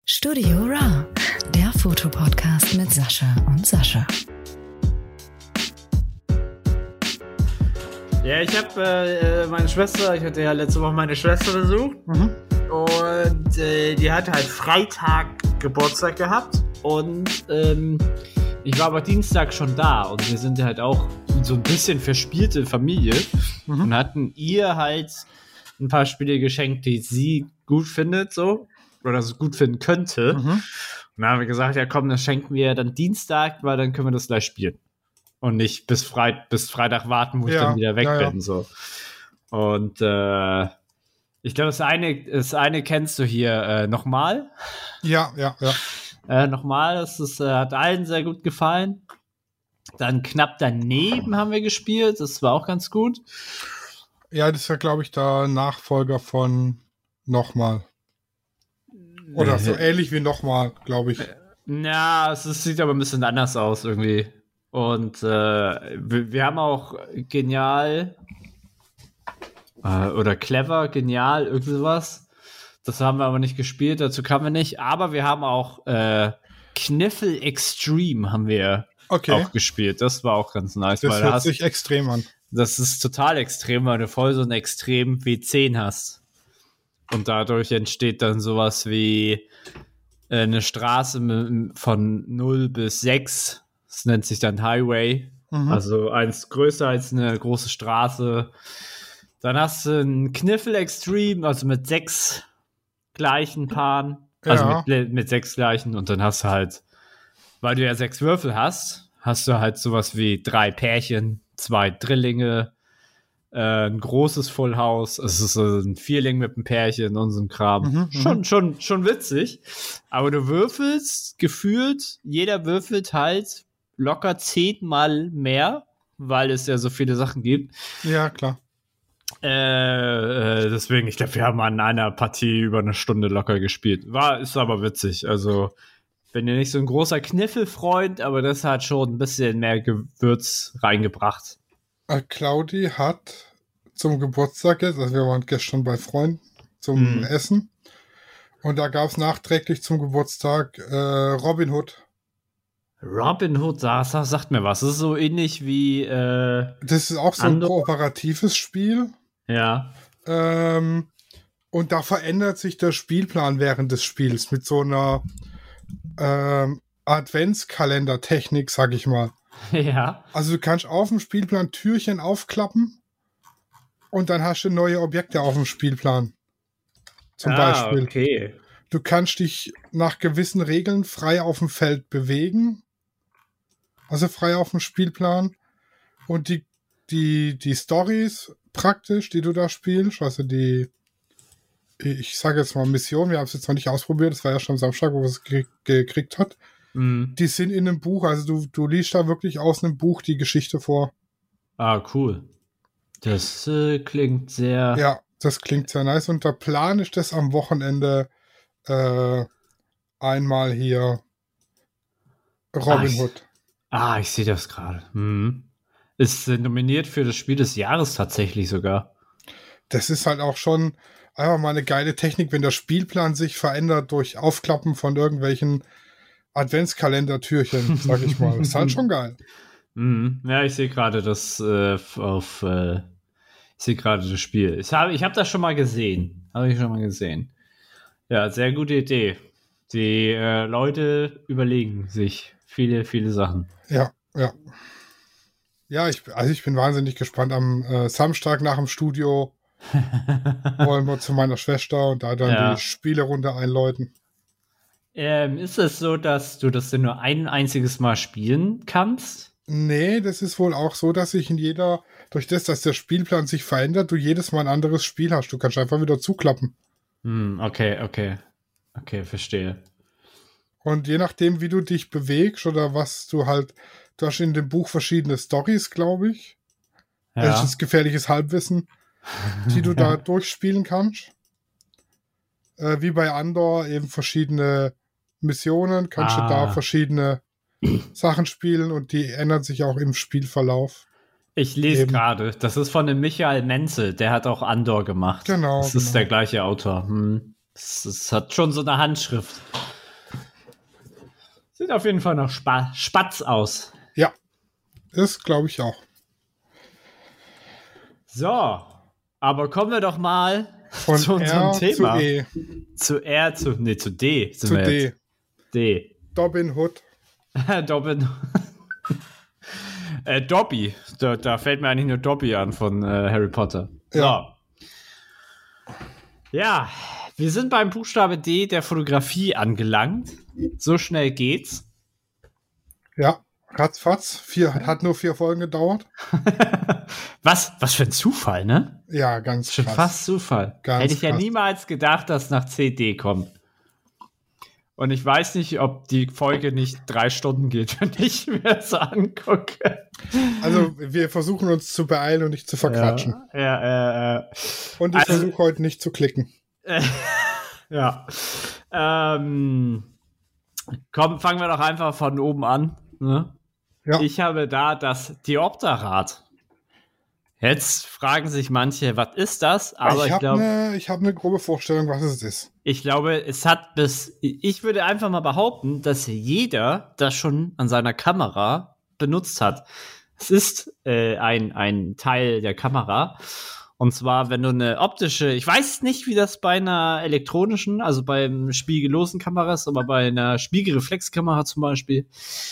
Studio Ra, der Fotopodcast mit Sascha und Sascha. Ja, ich habe meine Schwester, ich hatte ja letzte Woche meine Schwester besucht und die hatte halt Freitag Geburtstag gehabt und ich war aber Dienstag schon da und wir sind halt auch so ein bisschen verspielte Familie und hatten ihr halt ein paar Spiele geschenkt, die sie gut findet, so, oder so gut finden könnte. Und dann haben wir gesagt, ja komm, das schenken wir dann Dienstag, weil dann können wir das gleich spielen. Und nicht bis Freitag warten, wo ich dann wieder weg bin. So. Und ich glaube, das eine kennst du hier nochmal. Ja. Nochmal, hat allen sehr gut gefallen. Dann knapp daneben haben wir gespielt, das war auch ganz gut. Ja, das ist ja, glaube ich, der Nachfolger von Nochmal. Oder so ähnlich wie Nochmal, glaube ich. Ja, sieht aber ein bisschen anders aus irgendwie. Und wir haben auch genial oder clever, genial, irgendwie sowas. Das haben wir aber nicht gespielt, dazu kamen wir nicht. Aber wir haben auch Kniffel Extreme haben wir auch gespielt. Das war auch ganz nice. Das hört sich extrem an. Das ist total extrem, weil du voll so einen extrem W10 hast. Und dadurch entsteht dann sowas wie eine Straße von 0 bis 6. Das nennt sich dann Highway. Also eins größer als eine große Straße. Dann hast du einen Kniffel Extreme, also mit 6 gleichen Paaren. Also mit 6 gleichen. Und dann hast du halt, weil du ja 6 Würfel hast du halt sowas wie 3 Pärchen, 2 Drillinge, ein großes Full House, es ist ein Vierling mit einem Pärchen und so ein Kram. Schon witzig. Aber du würfelst gefühlt, jeder würfelt halt locker 10-mal mehr, weil es ja so viele Sachen gibt. Ja, klar. Deswegen, ich glaube, wir haben an einer Partie über eine Stunde locker gespielt. Ist aber witzig. Also, bin ja nicht so ein großer Kniffelfreund, aber das hat schon ein bisschen mehr Gewürz reingebracht. Claudi hat zum Geburtstag jetzt, also wir waren gestern bei Freunden zum Essen und da gab es nachträglich zum Geburtstag Robin Hood. Robin Hood, sagt mir was. Das ist so ähnlich wie das ist auch so ein kooperatives Spiel. Ja. Und da verändert sich der Spielplan während des Spiels mit so einer Adventskalender-Technik, sag ich mal. Ja. Also du kannst auf dem Spielplan Türchen aufklappen und dann hast du neue Objekte auf dem Spielplan. Zum Beispiel. Okay. Du kannst dich nach gewissen Regeln frei auf dem Feld bewegen. Also frei auf dem Spielplan. Und die Storys praktisch, die du da spielst, also ich sage jetzt mal Mission, wir haben es jetzt noch nicht ausprobiert, das war ja schon am Samstag, wo wir es gekriegt hat. Die sind in einem Buch, also du liest da wirklich aus einem Buch die Geschichte vor. Ah, cool. Das klingt sehr... Ja, das klingt sehr nice. Und der Plan ist das am Wochenende einmal hier Robin Hood. Ich sehe das gerade. Ist nominiert für das Spiel des Jahres tatsächlich sogar. Das ist halt auch schon einfach mal eine geile Technik, wenn der Spielplan sich verändert durch Aufklappen von irgendwelchen Adventskalender-Türchen, sag ich mal. Das ist halt schon geil. Ja, ich sehe gerade das ich sehe gerade das Spiel. Ich habe das schon mal gesehen. Ja, sehr gute Idee. Die Leute überlegen sich viele, viele Sachen. Ja. Ja, ich bin wahnsinnig gespannt. Am Samstag nach dem Studio wollen wir zu meiner Schwester und da dann die Spielerunde einläuten. Ist es so, dass du das denn nur ein einziges Mal spielen kannst? Nee, das ist wohl auch so, dass durch das, dass der Spielplan sich verändert, du jedes Mal ein anderes Spiel hast. Du kannst einfach wieder zuklappen. Okay, verstehe. Und je nachdem, wie du dich bewegst oder was du hast in dem Buch verschiedene Storys, glaube ich. Ja. Das ist gefährliches Halbwissen, die du da durchspielen kannst. Wie bei Andor eben verschiedene Missionen, kannst du da verschiedene Sachen spielen und die ändern sich auch im Spielverlauf. Ich lese gerade, das ist von dem Michael Menzel, der hat auch Andor gemacht. Genau. Das ist der gleiche Autor. Es hat schon so eine Handschrift. sieht auf jeden Fall nach Spatz aus. Ja, das glaube ich auch. So, aber kommen wir doch mal Von zu unserem R Thema. zu E. Zu D. Zu D. D. Robin Hood. Dobby. Da fällt mir eigentlich nur Dobby an von Harry Potter. Ja. So. Ja, wir sind beim Buchstabe D der Fotografie angelangt. So schnell geht's. Ja, ratzfatz. Hat nur 4 Folgen gedauert. Was für ein Zufall, ne? Ja, ganz Schon krass. fast Zufall. Ganz Hätte ich ja krass. niemals gedacht, dass nach CD kommt. Und ich weiß nicht, ob die Folge nicht 3 Stunden geht, wenn ich mir das angucke. Also, wir versuchen uns zu beeilen und nicht zu verquatschen. Ja. Und ich Also- versuche heute nicht zu klicken. Ja. Fangen wir doch einfach von oben an. Ne? Ja. Ich habe da das Diopterrad. Jetzt fragen sich manche, was ist das? Aber ich glaube, ich hab eine grobe Vorstellung, was es ist. ich würde einfach mal behaupten, dass jeder das schon an seiner Kamera benutzt hat. Es ist ein Teil der Kamera. Und zwar, wenn du eine optische, ich weiß nicht, wie das bei einer elektronischen, also beim spiegellosen Kamera ist, aber bei einer Spiegelreflexkamera zum Beispiel,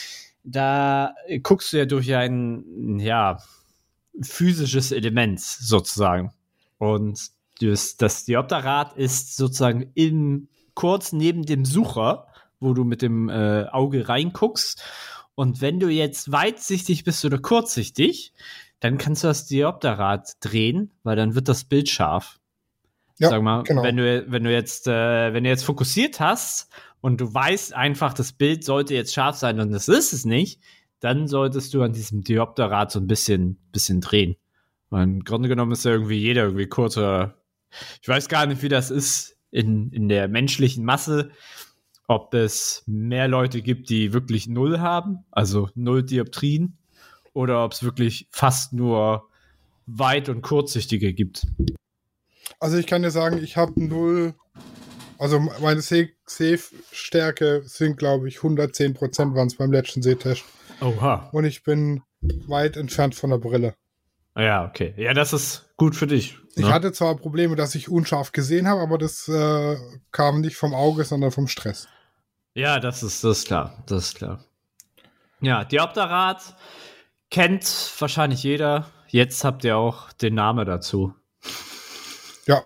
da guckst du ja durch ein, physisches Element sozusagen. Und das Diopterrad ist sozusagen kurz neben dem Sucher, wo du mit dem Auge reinguckst. Und wenn du jetzt weitsichtig bist oder kurzsichtig, dann kannst du das Diopterrad drehen, weil dann wird das Bild scharf. Ja, Sag mal, genau. wenn du jetzt fokussiert hast und du weißt einfach, das Bild sollte jetzt scharf sein und das ist es nicht, dann solltest du an diesem Diopterrad so ein bisschen drehen. Weil im Grunde genommen ist ja jeder irgendwie kurz oder ich weiß gar nicht, wie das ist in der menschlichen Masse, ob es mehr Leute gibt, die wirklich 0 haben, also 0 Dioptrien, oder ob es wirklich fast nur weit- und kurzsichtige gibt. Also ich kann dir sagen, ich habe 0, also meine Sehstärke sind, glaube ich, 110% waren es beim letzten Sehtest. Oha. Und ich bin weit entfernt von der Brille. Ja, okay. Ja, das ist gut für dich. Ich ne? hatte zwar Probleme, dass ich unscharf gesehen habe, aber das kam nicht vom Auge, sondern vom Stress. Ja, das ist klar. Das ist klar. Ja, Diopterrad kennt wahrscheinlich jeder. Jetzt habt ihr auch den Namen dazu. Ja.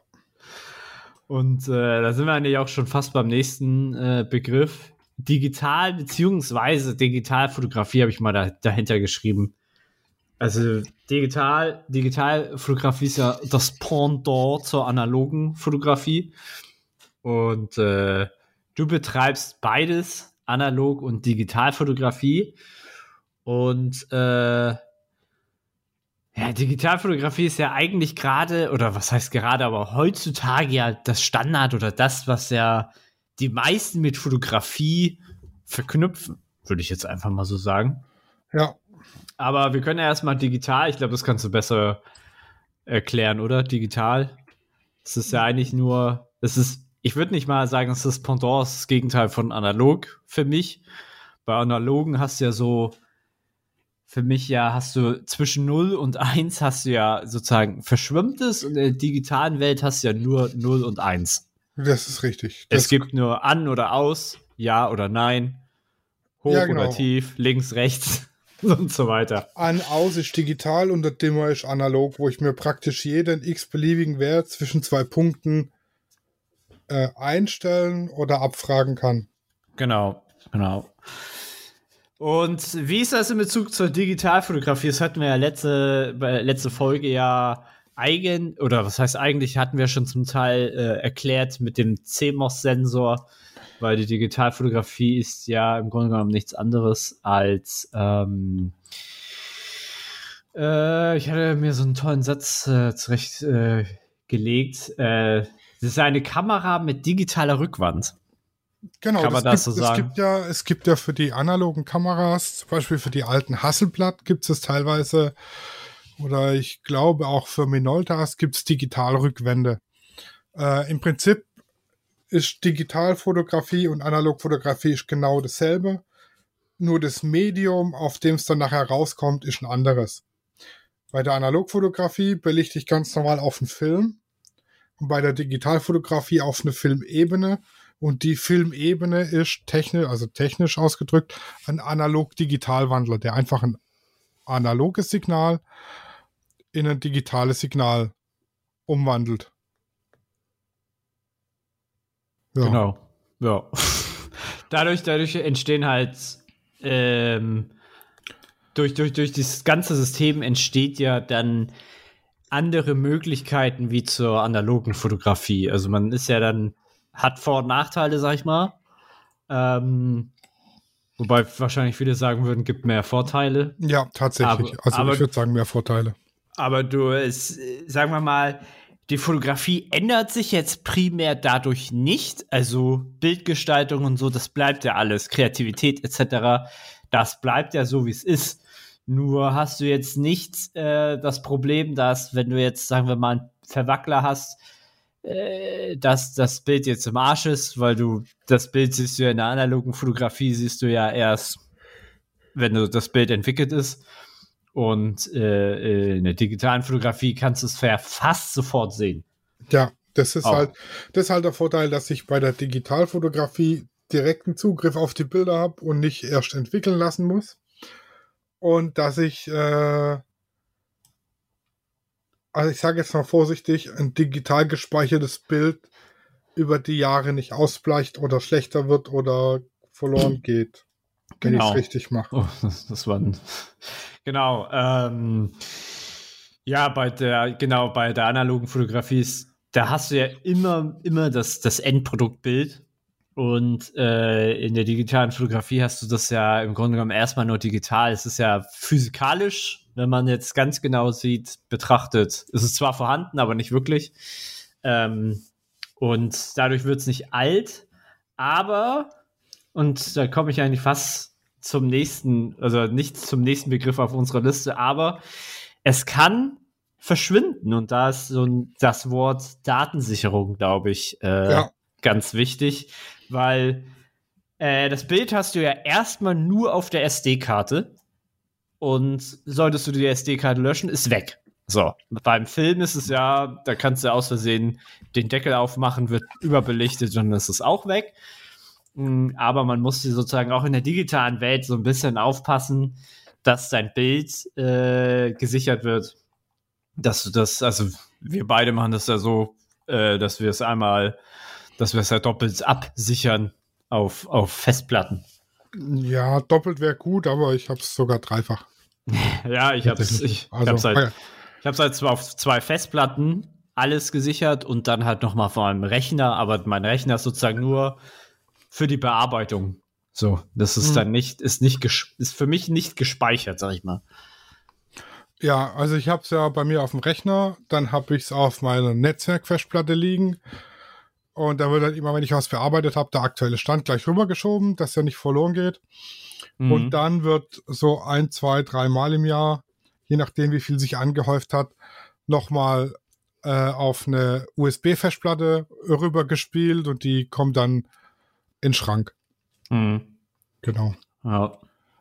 Und da sind wir eigentlich auch schon fast beim nächsten Begriff. Digital bzw. Digitalfotografie habe ich mal dahinter geschrieben. Also Digitalfotografie ist ja das Pendant zur analogen Fotografie. Und du betreibst beides, Analog- und Digitalfotografie. Und Digitalfotografie ist ja eigentlich gerade, oder was heißt gerade, aber heutzutage ja das Standard oder das, was ja die meisten mit Fotografie verknüpfen, würde ich jetzt einfach mal so sagen. Ja. Aber wir können ja erstmal digital, ich glaube, das kannst du besser erklären, oder? Digital. Es ist ja eigentlich nur, ich würde nicht mal sagen, es ist Pendant, das Gegenteil von analog für mich. Bei analogen hast du ja so, für mich ja, hast du zwischen 0 und 1 hast du ja sozusagen verschwimmtes und in der digitalen Welt hast du ja nur 0 und 1. Das ist richtig. Es gibt nur an oder aus, ja oder nein, hoch Ja, genau. oder tief, links, rechts und so weiter. An, aus ist digital und der Dimmer ist analog, wo ich mir praktisch jeden x-beliebigen Wert zwischen 2 Punkten einstellen oder abfragen kann. Genau. Und wie ist das in Bezug zur Digitalfotografie? Das hatten wir ja letzte Folge ja was heißt eigentlich, hatten wir schon zum Teil erklärt mit dem CMOS-Sensor, weil die Digitalfotografie ist ja im Grunde genommen nichts anderes als ich hatte mir so einen tollen Satz zurecht gelegt. Das ist eine Kamera mit digitaler Rückwand. Genau, Kann man das so sagen? Es gibt ja für die analogen Kameras, zum Beispiel für die alten Hasselblad gibt es teilweise, oder ich glaube auch für Minoltas gibt es Digitalrückwände. Im Prinzip ist Digitalfotografie und Analogfotografie ist genau dasselbe. nur das Medium, auf dem es dann nachher rauskommt, ist ein anderes. Bei der Analogfotografie belichte ich ganz normal auf einen Film und bei der Digitalfotografie auf eine Filmebene. Und die Filmebene ist technisch ausgedrückt, ein Analog-Digital-Wandler, der einfach ein analoges Signal in ein digitales Signal umwandelt. Ja. Genau. Ja. Dadurch entstehen halt durch dieses ganze System entsteht ja dann andere Möglichkeiten wie zur analogen Fotografie. Also man ist ja dann, hat Vor- und Nachteile, sag ich mal. Wobei wahrscheinlich viele sagen würden, gibt mehr Vorteile. Ja, tatsächlich. Ich würde sagen, mehr Vorteile. Aber sagen wir mal, die Fotografie ändert sich jetzt primär dadurch nicht. Also Bildgestaltung und so, das bleibt ja alles. Kreativität etc., das bleibt ja so, wie es ist. Nur hast du jetzt nicht das Problem, dass, wenn du jetzt, sagen wir mal, einen Verwackler hast, dass das Bild jetzt im Arsch ist, weil das Bild siehst du ja in der analogen Fotografie, siehst du ja erst, wenn das Bild entwickelt ist. Und in der digitalen Fotografie kannst du es fast sofort sehen. Ja, das ist halt der Vorteil, dass ich bei der Digitalfotografie direkten Zugriff auf die Bilder habe und nicht erst entwickeln lassen muss. Und dass ich ich sage jetzt mal vorsichtig, ein digital gespeichertes Bild über die Jahre nicht ausbleicht oder schlechter wird oder verloren geht, wenn ich es richtig mache. Oh, das war genau. Ja, bei der analogen Fotografie da hast du ja immer das Endproduktbild. Und in der digitalen Fotografie hast du das ja im Grunde genommen erstmal nur digital. Es ist ja physikalisch, wenn man jetzt ganz genau betrachtet. Es ist zwar vorhanden, aber nicht wirklich. Und dadurch wird es nicht alt, aber, und da komme ich eigentlich fast zum nächsten, also nicht zum nächsten Begriff auf unserer Liste, aber es kann verschwinden. Und da ist das Wort Datensicherung, glaube ich, ganz wichtig, weil das Bild hast du ja erstmal nur auf der SD-Karte und solltest du die SD-Karte löschen, ist weg. So, beim Film ist es ja, da kannst du aus Versehen den Deckel aufmachen, wird überbelichtet und das ist auch weg. Aber man muss sozusagen auch in der digitalen Welt so ein bisschen aufpassen, dass dein Bild gesichert wird. Dass du das, also wir beide machen das ja so, dass wir es ja doppelt absichern auf Festplatten. Ja, doppelt wäre gut, aber ich habe es sogar dreifach. Ja, ich hab's halt auf 2 Festplatten alles gesichert und dann halt nochmal vor meinem Rechner, aber mein Rechner ist sozusagen nur für die Bearbeitung. So, das ist dann ist für mich nicht gespeichert, sag ich mal. Ja, also ich habe es ja bei mir auf dem Rechner, dann habe ich es auf meiner Netzwerkfestplatte liegen und da wird halt immer, wenn ich was bearbeitet habe, der aktuelle Stand gleich rübergeschoben, dass er nicht verloren geht. Und dann wird so 1, 2, 3 Mal im Jahr, je nachdem wie viel sich angehäuft hat, nochmal auf eine USB-Festplatte rübergespielt und die kommt dann in den Schrank. Genau. Ja.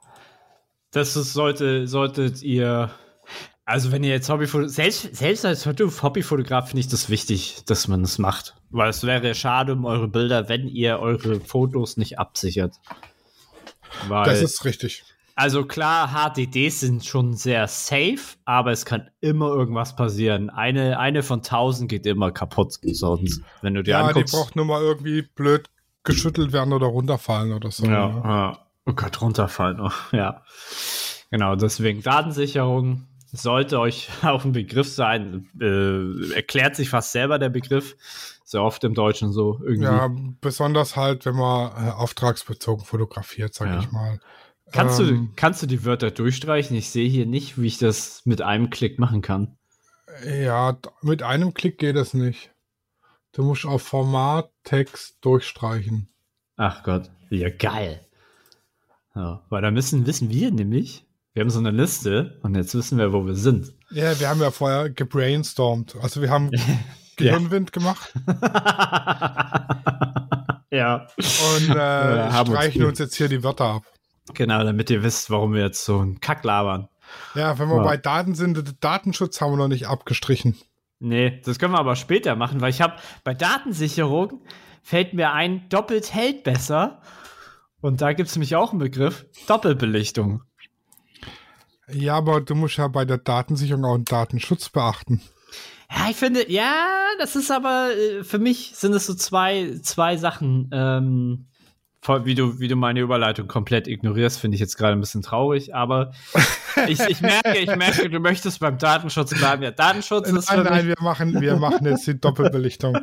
Solltet ihr, also wenn ihr jetzt selbst als Hobbyfotograf finde ich das wichtig, dass man das macht. Weil es wäre schade um eure Bilder, wenn ihr eure Fotos nicht absichert. Weil, das ist richtig. Also klar, HDDs sind schon sehr safe, aber es kann immer irgendwas passieren. Eine von 1000 geht immer kaputt. Sonst, wenn du dir anguckst. Die braucht nur mal irgendwie blöd geschüttelt werden oder runterfallen oder so. Ja. Oh Gott, runterfallen. Oh, ja. Genau, deswegen Datensicherung sollte euch auch ein Begriff sein. Erklärt sich fast selber der Begriff. Sehr oft im Deutschen so irgendwie. Ja, besonders halt, wenn man auftragsbezogen fotografiert, sag ich mal. Kannst du die Wörter durchstreichen? Ich sehe hier nicht, wie ich das mit einem Klick machen kann. Ja, mit einem Klick geht es nicht. Du musst auf Format, Text durchstreichen. Ach Gott, ja geil. Ja, weil da wissen wir nämlich, wir haben so eine Liste und jetzt wissen wir, wo wir sind. Ja, wir haben ja vorher gebrainstormt. Also wir haben Gehirnwind gemacht. Ja. Und streichen uns jetzt hier die Wörter ab. Genau, damit ihr wisst, warum wir jetzt so einen Kack labern. Ja, wenn wir bei Daten sind, den Datenschutz haben wir noch nicht abgestrichen. Nee, das können wir aber später machen, weil ich habe bei Datensicherung fällt mir ein, doppelt hält besser. Und da gibt es nämlich auch einen Begriff, Doppelbelichtung. Ja, aber du musst ja bei der Datensicherung auch einen Datenschutz beachten. Ja, ich finde, ja, das ist aber, für mich sind es so zwei Sachen. Wie du meine Überleitung komplett ignorierst, finde ich jetzt gerade ein bisschen traurig, aber ich merke, du möchtest beim Datenschutz bleiben. Ja, Datenschutz ist für Nein, wir machen jetzt die Doppelbelichtung.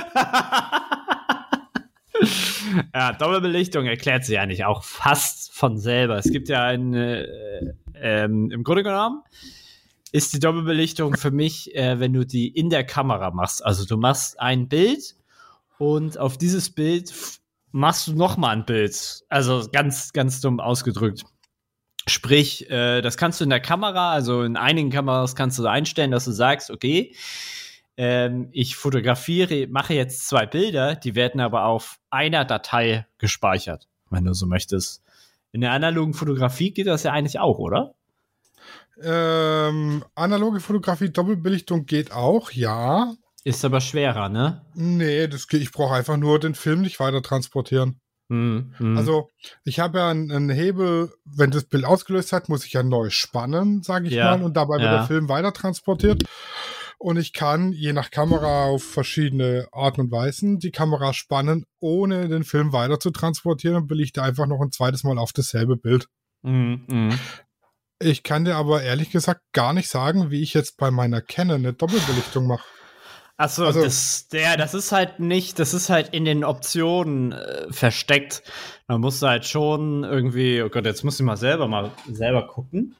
Ja, Doppelbelichtung erklärt sich eigentlich auch fast von selber. Es gibt ja im Grunde genommen ist die Doppelbelichtung für mich, wenn du die in der Kamera machst. Also du machst ein Bild und auf dieses Bild machst du nochmal ein Bild. Also ganz, ganz dumm ausgedrückt. Sprich, das kannst du in der Kamera, also in einigen Kameras kannst du einstellen, dass du sagst, okay, ich fotografiere, mache jetzt 2 Bilder, die werden aber auf einer Datei gespeichert, wenn du so möchtest. In der analogen Fotografie geht das ja eigentlich auch, oder? Analoge Fotografie, Doppelbelichtung geht auch, ja. Ist aber schwerer, ne? Nee, ich brauche einfach nur den Film nicht weiter transportieren. Also, ich habe ja einen Hebel, wenn das Bild ausgelöst hat, muss ich ja neu spannen, sage ich mal, und dabei wird der Film weiter transportiert. Und ich kann, je nach Kamera, auf verschiedene Arten und Weisen die Kamera spannen, ohne den Film weiter zu transportieren und belichte einfach noch ein zweites Mal auf dasselbe Bild. Ich kann dir aber ehrlich gesagt gar nicht sagen, wie ich jetzt bei meiner Canon eine Doppelbelichtung mache. Achso, also, das ist halt nicht, das ist halt in den Optionen versteckt. Man muss halt schon irgendwie, oh Gott, jetzt muss ich mal selber gucken.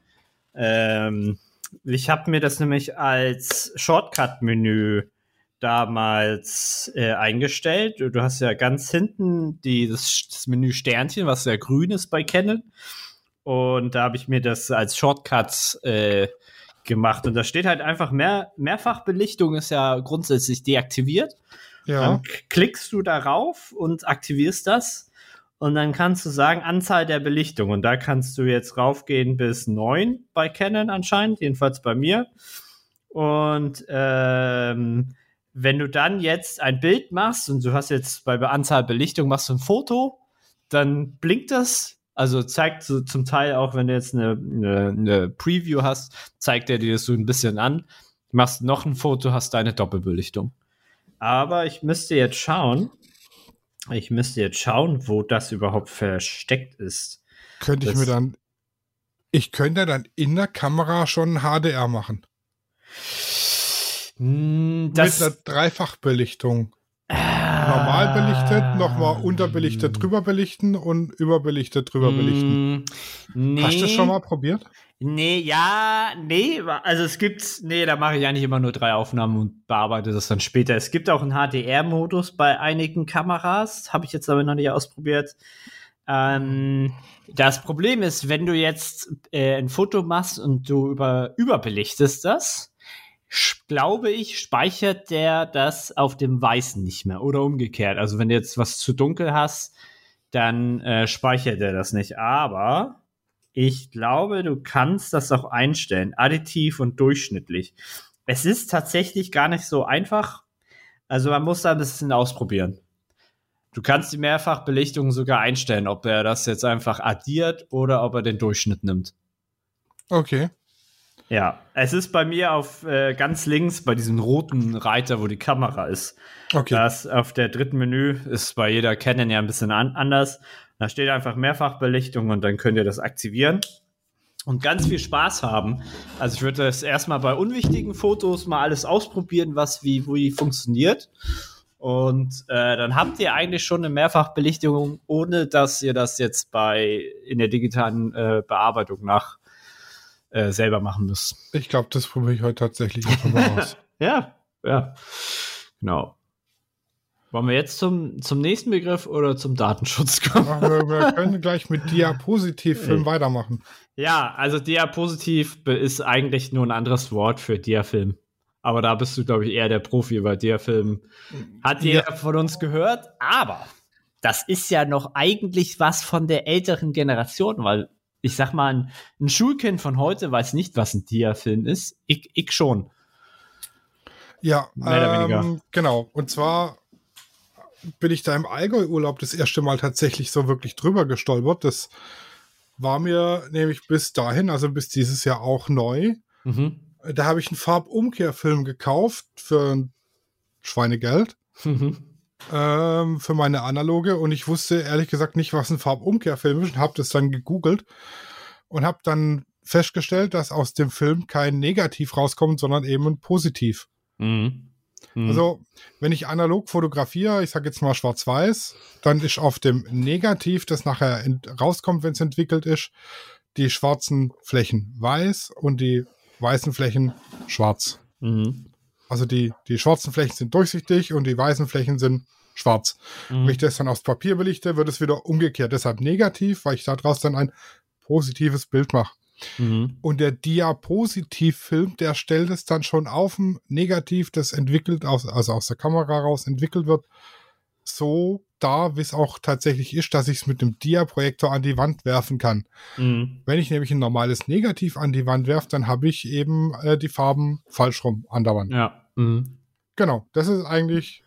Ich habe mir das nämlich als Shortcut-Menü damals eingestellt. Du hast ja ganz hinten das Menü Sternchen, was ja grün ist bei Canon. Und da habe ich mir das als Shortcut gemacht. Und da steht halt einfach, Mehrfachbelichtung ist ja grundsätzlich deaktiviert. Ja. Dann klickst du darauf und aktivierst das. Und dann kannst du sagen, Anzahl der Belichtung. Und da kannst du jetzt raufgehen bis 9 bei Canon anscheinend, jedenfalls bei mir. Und wenn du dann jetzt ein Bild machst und du hast jetzt bei Anzahl Belichtung machst du ein Foto, dann blinkt das. Also zeigt so zum Teil auch, wenn du jetzt eine Preview hast, zeigt er dir das so ein bisschen an. Du machst noch ein Foto, hast deine Doppelbelichtung. Aber ich müsste jetzt schauen, wo das überhaupt versteckt ist. Ich könnte dann in der Kamera schon HDR machen. Mit einer Dreifachbelichtung. Normal belichtet, nochmal unterbelichtet drüber belichten und überbelichtet drüber belichten. Nee. Hast du das schon mal probiert? Nee, also da mache ich eigentlich immer nur 3 Aufnahmen und bearbeite das dann später. Es gibt auch einen HDR-Modus bei einigen Kameras, habe ich jetzt aber noch nicht ausprobiert. Das Problem ist, wenn du jetzt ein Foto machst und du überbelichtest das, glaube ich, speichert der das auf dem Weißen nicht mehr oder umgekehrt. Also wenn du jetzt was zu dunkel hast, dann speichert er das nicht. Aber ich glaube, du kannst das auch einstellen, additiv und durchschnittlich. Es ist tatsächlich gar nicht so einfach. Also man muss da ein bisschen ausprobieren. Du kannst die Mehrfachbelichtung sogar einstellen, ob er das jetzt einfach addiert oder ob er den Durchschnitt nimmt. Okay. Ja, es ist bei mir auf ganz links bei diesem roten Reiter, wo die Kamera ist. Okay. Das auf der dritten Menü ist bei jeder Canon ja ein bisschen anders. Da steht einfach Mehrfachbelichtung und dann könnt ihr das aktivieren und ganz viel Spaß haben. Also ich würde das erstmal bei unwichtigen Fotos mal alles ausprobieren, wie funktioniert. Und dann habt ihr eigentlich schon eine Mehrfachbelichtung, ohne dass ihr das jetzt in der digitalen Bearbeitung selber machen müsst. Ich glaube, das probiere ich heute tatsächlich einfach mal aus. Ja, genau. Wollen wir jetzt zum nächsten Begriff oder zum Datenschutz kommen? Wir können gleich mit Diapositivfilm weitermachen. Ja, also Diapositiv ist eigentlich nur ein anderes Wort für Diafilm. Aber da bist du, glaube ich, eher der Profi bei Diafilm. Hat jeder von uns gehört, aber das ist ja noch eigentlich was von der älteren Generation, weil ich sag mal, ein Schulkind von heute weiß nicht, was ein Dia-Film ist. Ich schon. Ja, Mehr oder weniger. Genau. Und zwar bin ich da im Allgäu-Urlaub das erste Mal tatsächlich so wirklich drüber gestolpert. Das war mir nämlich bis dahin, also bis dieses Jahr auch neu. Mhm. Da habe ich einen Farbumkehrfilm gekauft für ein Schweinegeld. Für meine Analoge, und ich wusste ehrlich gesagt nicht, was ein Farbumkehrfilm ist, und habe das dann gegoogelt und habe dann festgestellt, dass aus dem Film kein Negativ rauskommt, sondern eben ein Positiv. Mhm. Also, wenn ich analog fotografiere, ich sage jetzt mal schwarz-weiß, dann ist auf dem Negativ, das nachher rauskommt, wenn es entwickelt ist, die schwarzen Flächen weiß und die weißen Flächen schwarz. Mhm. Also die schwarzen Flächen sind durchsichtig und die weißen Flächen sind schwarz. Wenn ich das dann aufs Papier belichte, wird es wieder umgekehrt. Deshalb negativ, weil ich daraus dann ein positives Bild mache. Mhm. Und der Diapositivfilm, der stellt es dann schon auf dem Negativ, das entwickelt, also aus der Kamera raus entwickelt wird, so dar, wie es auch tatsächlich ist, dass ich es mit dem Dia-Projektor an die Wand werfen kann. Mhm. Wenn ich nämlich ein normales Negativ an die Wand werfe, dann habe ich eben die Farben falsch rum an der Wand. Ja. Mhm. Genau, das ist eigentlich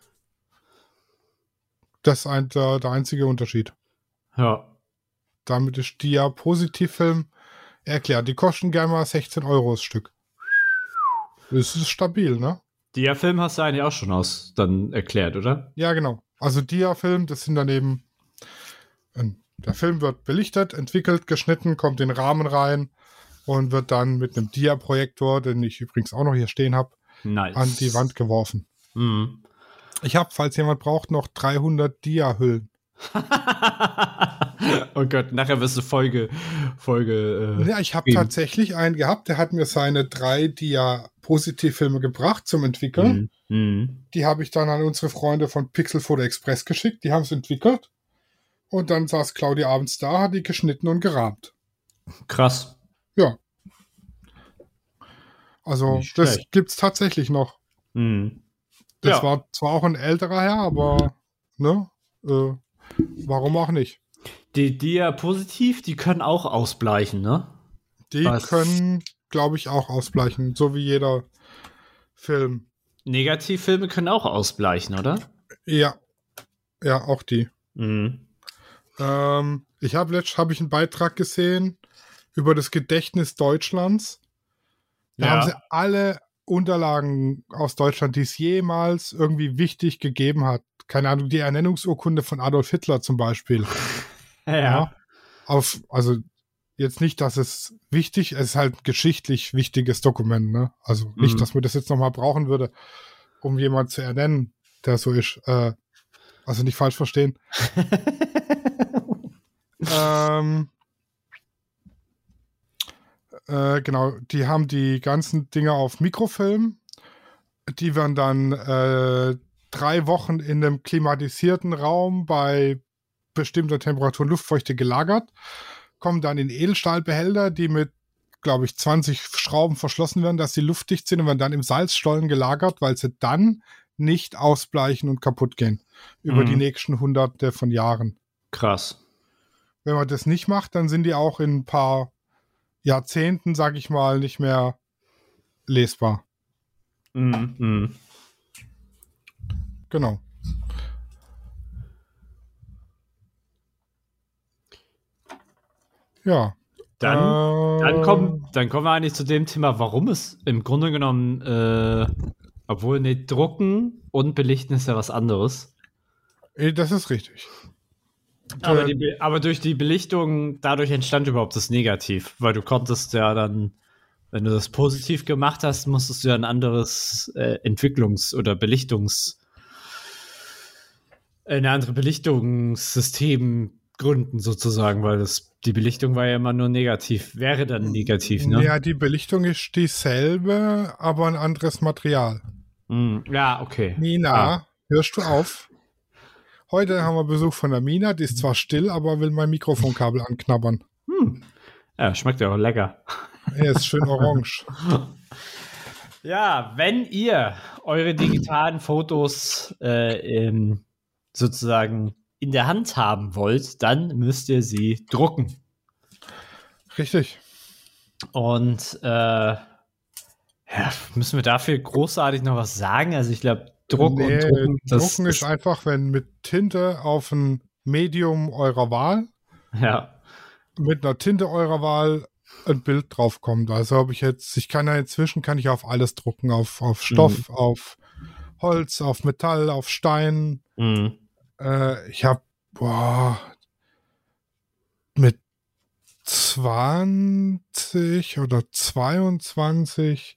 der einzige Unterschied. Ja. Damit ist Dia-Positivfilm erklärt. Die kosten gerne mal 16 € das Stück. Das ist stabil, ne? Dia-Film hast du eigentlich auch schon dann erklärt, oder? Ja, genau. Also Dia-Film, das sind dann eben, der Film wird belichtet, entwickelt, geschnitten, kommt in den Rahmen rein und wird dann mit einem Dia-Projektor, den ich übrigens auch noch hier stehen habe, nice. an die Wand geworfen. Mhm. Ich habe, falls jemand braucht, noch 300 Dia-Hüllen. Oh Gott, nachher wirst du Folge. Ja, ich habe tatsächlich einen gehabt, der hat mir seine 3 Dia-Positivfilme gebracht zum Entwickeln. Mhm. Die habe ich dann an unsere Freunde von Pixel Photo Express geschickt. Die haben es entwickelt. Und dann saß Claudia abends da, hat die geschnitten und gerahmt. Krass. Ja. Also, Nicht das schlecht. gibt's tatsächlich noch. Mhm. Das Ja. war zwar auch ein älterer Herr, aber ne, warum auch nicht? Die Dia-Positiv, die können auch ausbleichen, ne? Die Was? können, glaube ich, auch ausbleichen, so wie jeder Film. Negativfilme können auch ausbleichen, oder? Ja, auch die. Mhm. Ich habe letztens einen Beitrag gesehen über das Gedächtnis Deutschlands. Da haben sie alle Unterlagen aus Deutschland, die es jemals irgendwie wichtig gegeben hat. Keine Ahnung, die Ernennungsurkunde von Adolf Hitler zum Beispiel. Ja. Also jetzt nicht, dass es wichtig ist, es ist halt ein geschichtlich wichtiges Dokument, ne? Also nicht, dass man das jetzt nochmal brauchen würde, um jemanden zu ernennen, der so ist. Also nicht falsch verstehen. Genau, die haben die ganzen Dinge auf Mikrofilm. Die werden dann 3 Wochen in einem klimatisierten Raum bei bestimmter Temperatur und Luftfeuchte gelagert, kommen dann in Edelstahlbehälter, die mit, glaube ich, 20 Schrauben verschlossen werden, dass sie luftdicht sind, und werden dann im Salzstollen gelagert, weil sie dann nicht ausbleichen und kaputt gehen. Über die nächsten Hunderte von Jahren. Krass. Wenn man das nicht macht, dann sind die auch in ein paar Jahrzehnten, sag ich mal, nicht mehr lesbar. Mhm. Genau. Ja. Dann kommen wir eigentlich zu dem Thema, warum es im Grunde genommen, obwohl nicht drucken und belichten ist ja was anderes. Das ist richtig. Aber durch die Belichtung, dadurch entstand überhaupt das Negativ, weil du konntest ja dann, wenn du das positiv gemacht hast, musstest du ja ein anderes Entwicklungs- oder ein anderes Belichtungssystem gründen sozusagen, weil die Belichtung war ja immer nur negativ, wäre dann negativ, ne? Ja, die Belichtung ist dieselbe, aber ein anderes Material. Ja, okay. Mina, hörst du auf? Heute haben wir Besuch von der Mina, die ist zwar still, aber will mein Mikrofonkabel anknabbern. Ja, schmeckt ja auch lecker. Er ist schön orange. Ja, wenn ihr eure digitalen Fotos sozusagen in der Hand haben wollt, dann müsst ihr sie drucken. Richtig. Und müssen wir dafür großartig noch was sagen? Also ich glaube, Drucken ist einfach, wenn mit Tinte auf ein Medium eurer Wahl, mit einer Tinte eurer Wahl ein Bild drauf kommt. Also inzwischen kann ich auf alles drucken, auf Stoff, auf Holz, auf Metall, auf Stein. Ich habe mit 20 oder 22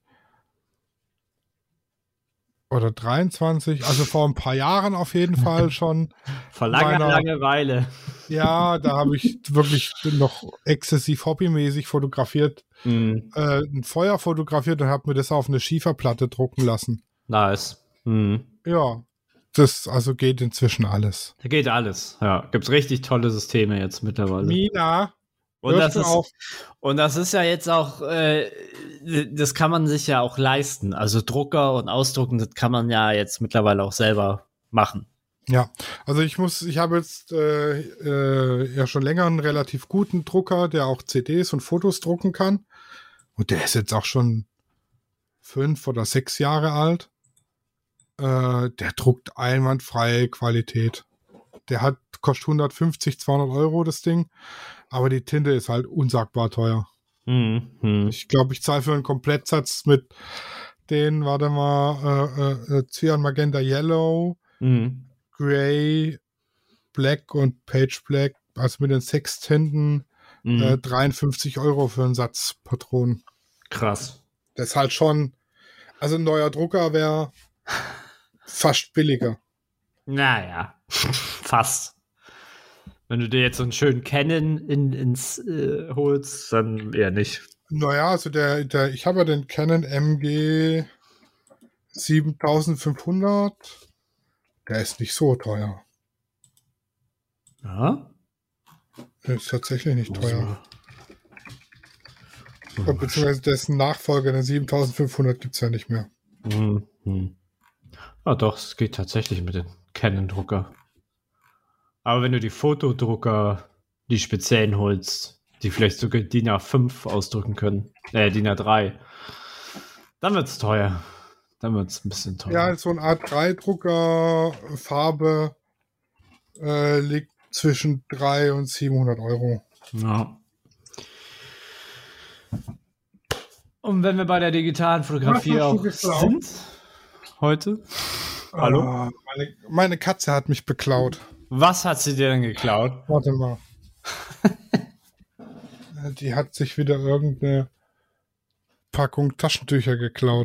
oder 23, also vor ein paar Jahren auf jeden Fall schon. Vor Langeweile. Ja, da habe ich wirklich noch exzessiv hobbymäßig fotografiert, ein Feuer fotografiert und habe mir das auf eine Schieferplatte drucken lassen. Nice. Ja, das also geht inzwischen alles. Da geht alles, ja. Gibt es richtig tolle Systeme jetzt mittlerweile. Mina, und das ist ja jetzt auch, das kann man sich ja auch leisten. Also Drucker und Ausdrucken, das kann man ja jetzt mittlerweile auch selber machen. Ja, also ich habe jetzt ja schon länger einen relativ guten Drucker, der auch CDs und Fotos drucken kann. Und der ist jetzt auch schon 5 oder 6 Jahre alt. Der druckt einwandfreie Qualität. Der kostet 150, 200 Euro das Ding. Aber die Tinte ist halt unsagbar teuer. Ich glaube, ich zahle für einen Komplettsatz mit den, Cyan, Magenta, Yellow, Gray, Black und Page Black, also mit den 6 Tinten, 53 Euro für einen Satz Patronen. Krass. Das ist halt schon, also ein neuer Drucker wäre fast billiger. Naja, fast. Wenn du dir jetzt so einen schönen Canon ins holst, dann eher nicht. Naja, also ich habe ja den Canon MG 7500. Der ist nicht so teuer. Ja? Der ist tatsächlich nicht teuer. Beziehungsweise dessen Nachfolger, den 7500, gibt es ja nicht mehr. Ah, doch, es geht tatsächlich mit dem Canon-Drucker. Aber wenn du die Fotodrucker, die speziellen holst, die vielleicht sogar DIN A5 ausdrücken können, DIN A3, dann wird es teuer. Dann wird es ein bisschen teuer. Ja, so ein A3-Drucker, Farbe liegt zwischen 300 und 700 Euro. Ja. Und wenn wir bei der digitalen Fotografie auch sind, heute? Hallo? Meine Katze hat mich beklaut. Was hat sie dir denn geklaut? Warte mal. Die hat sich wieder irgendeine Packung Taschentücher geklaut.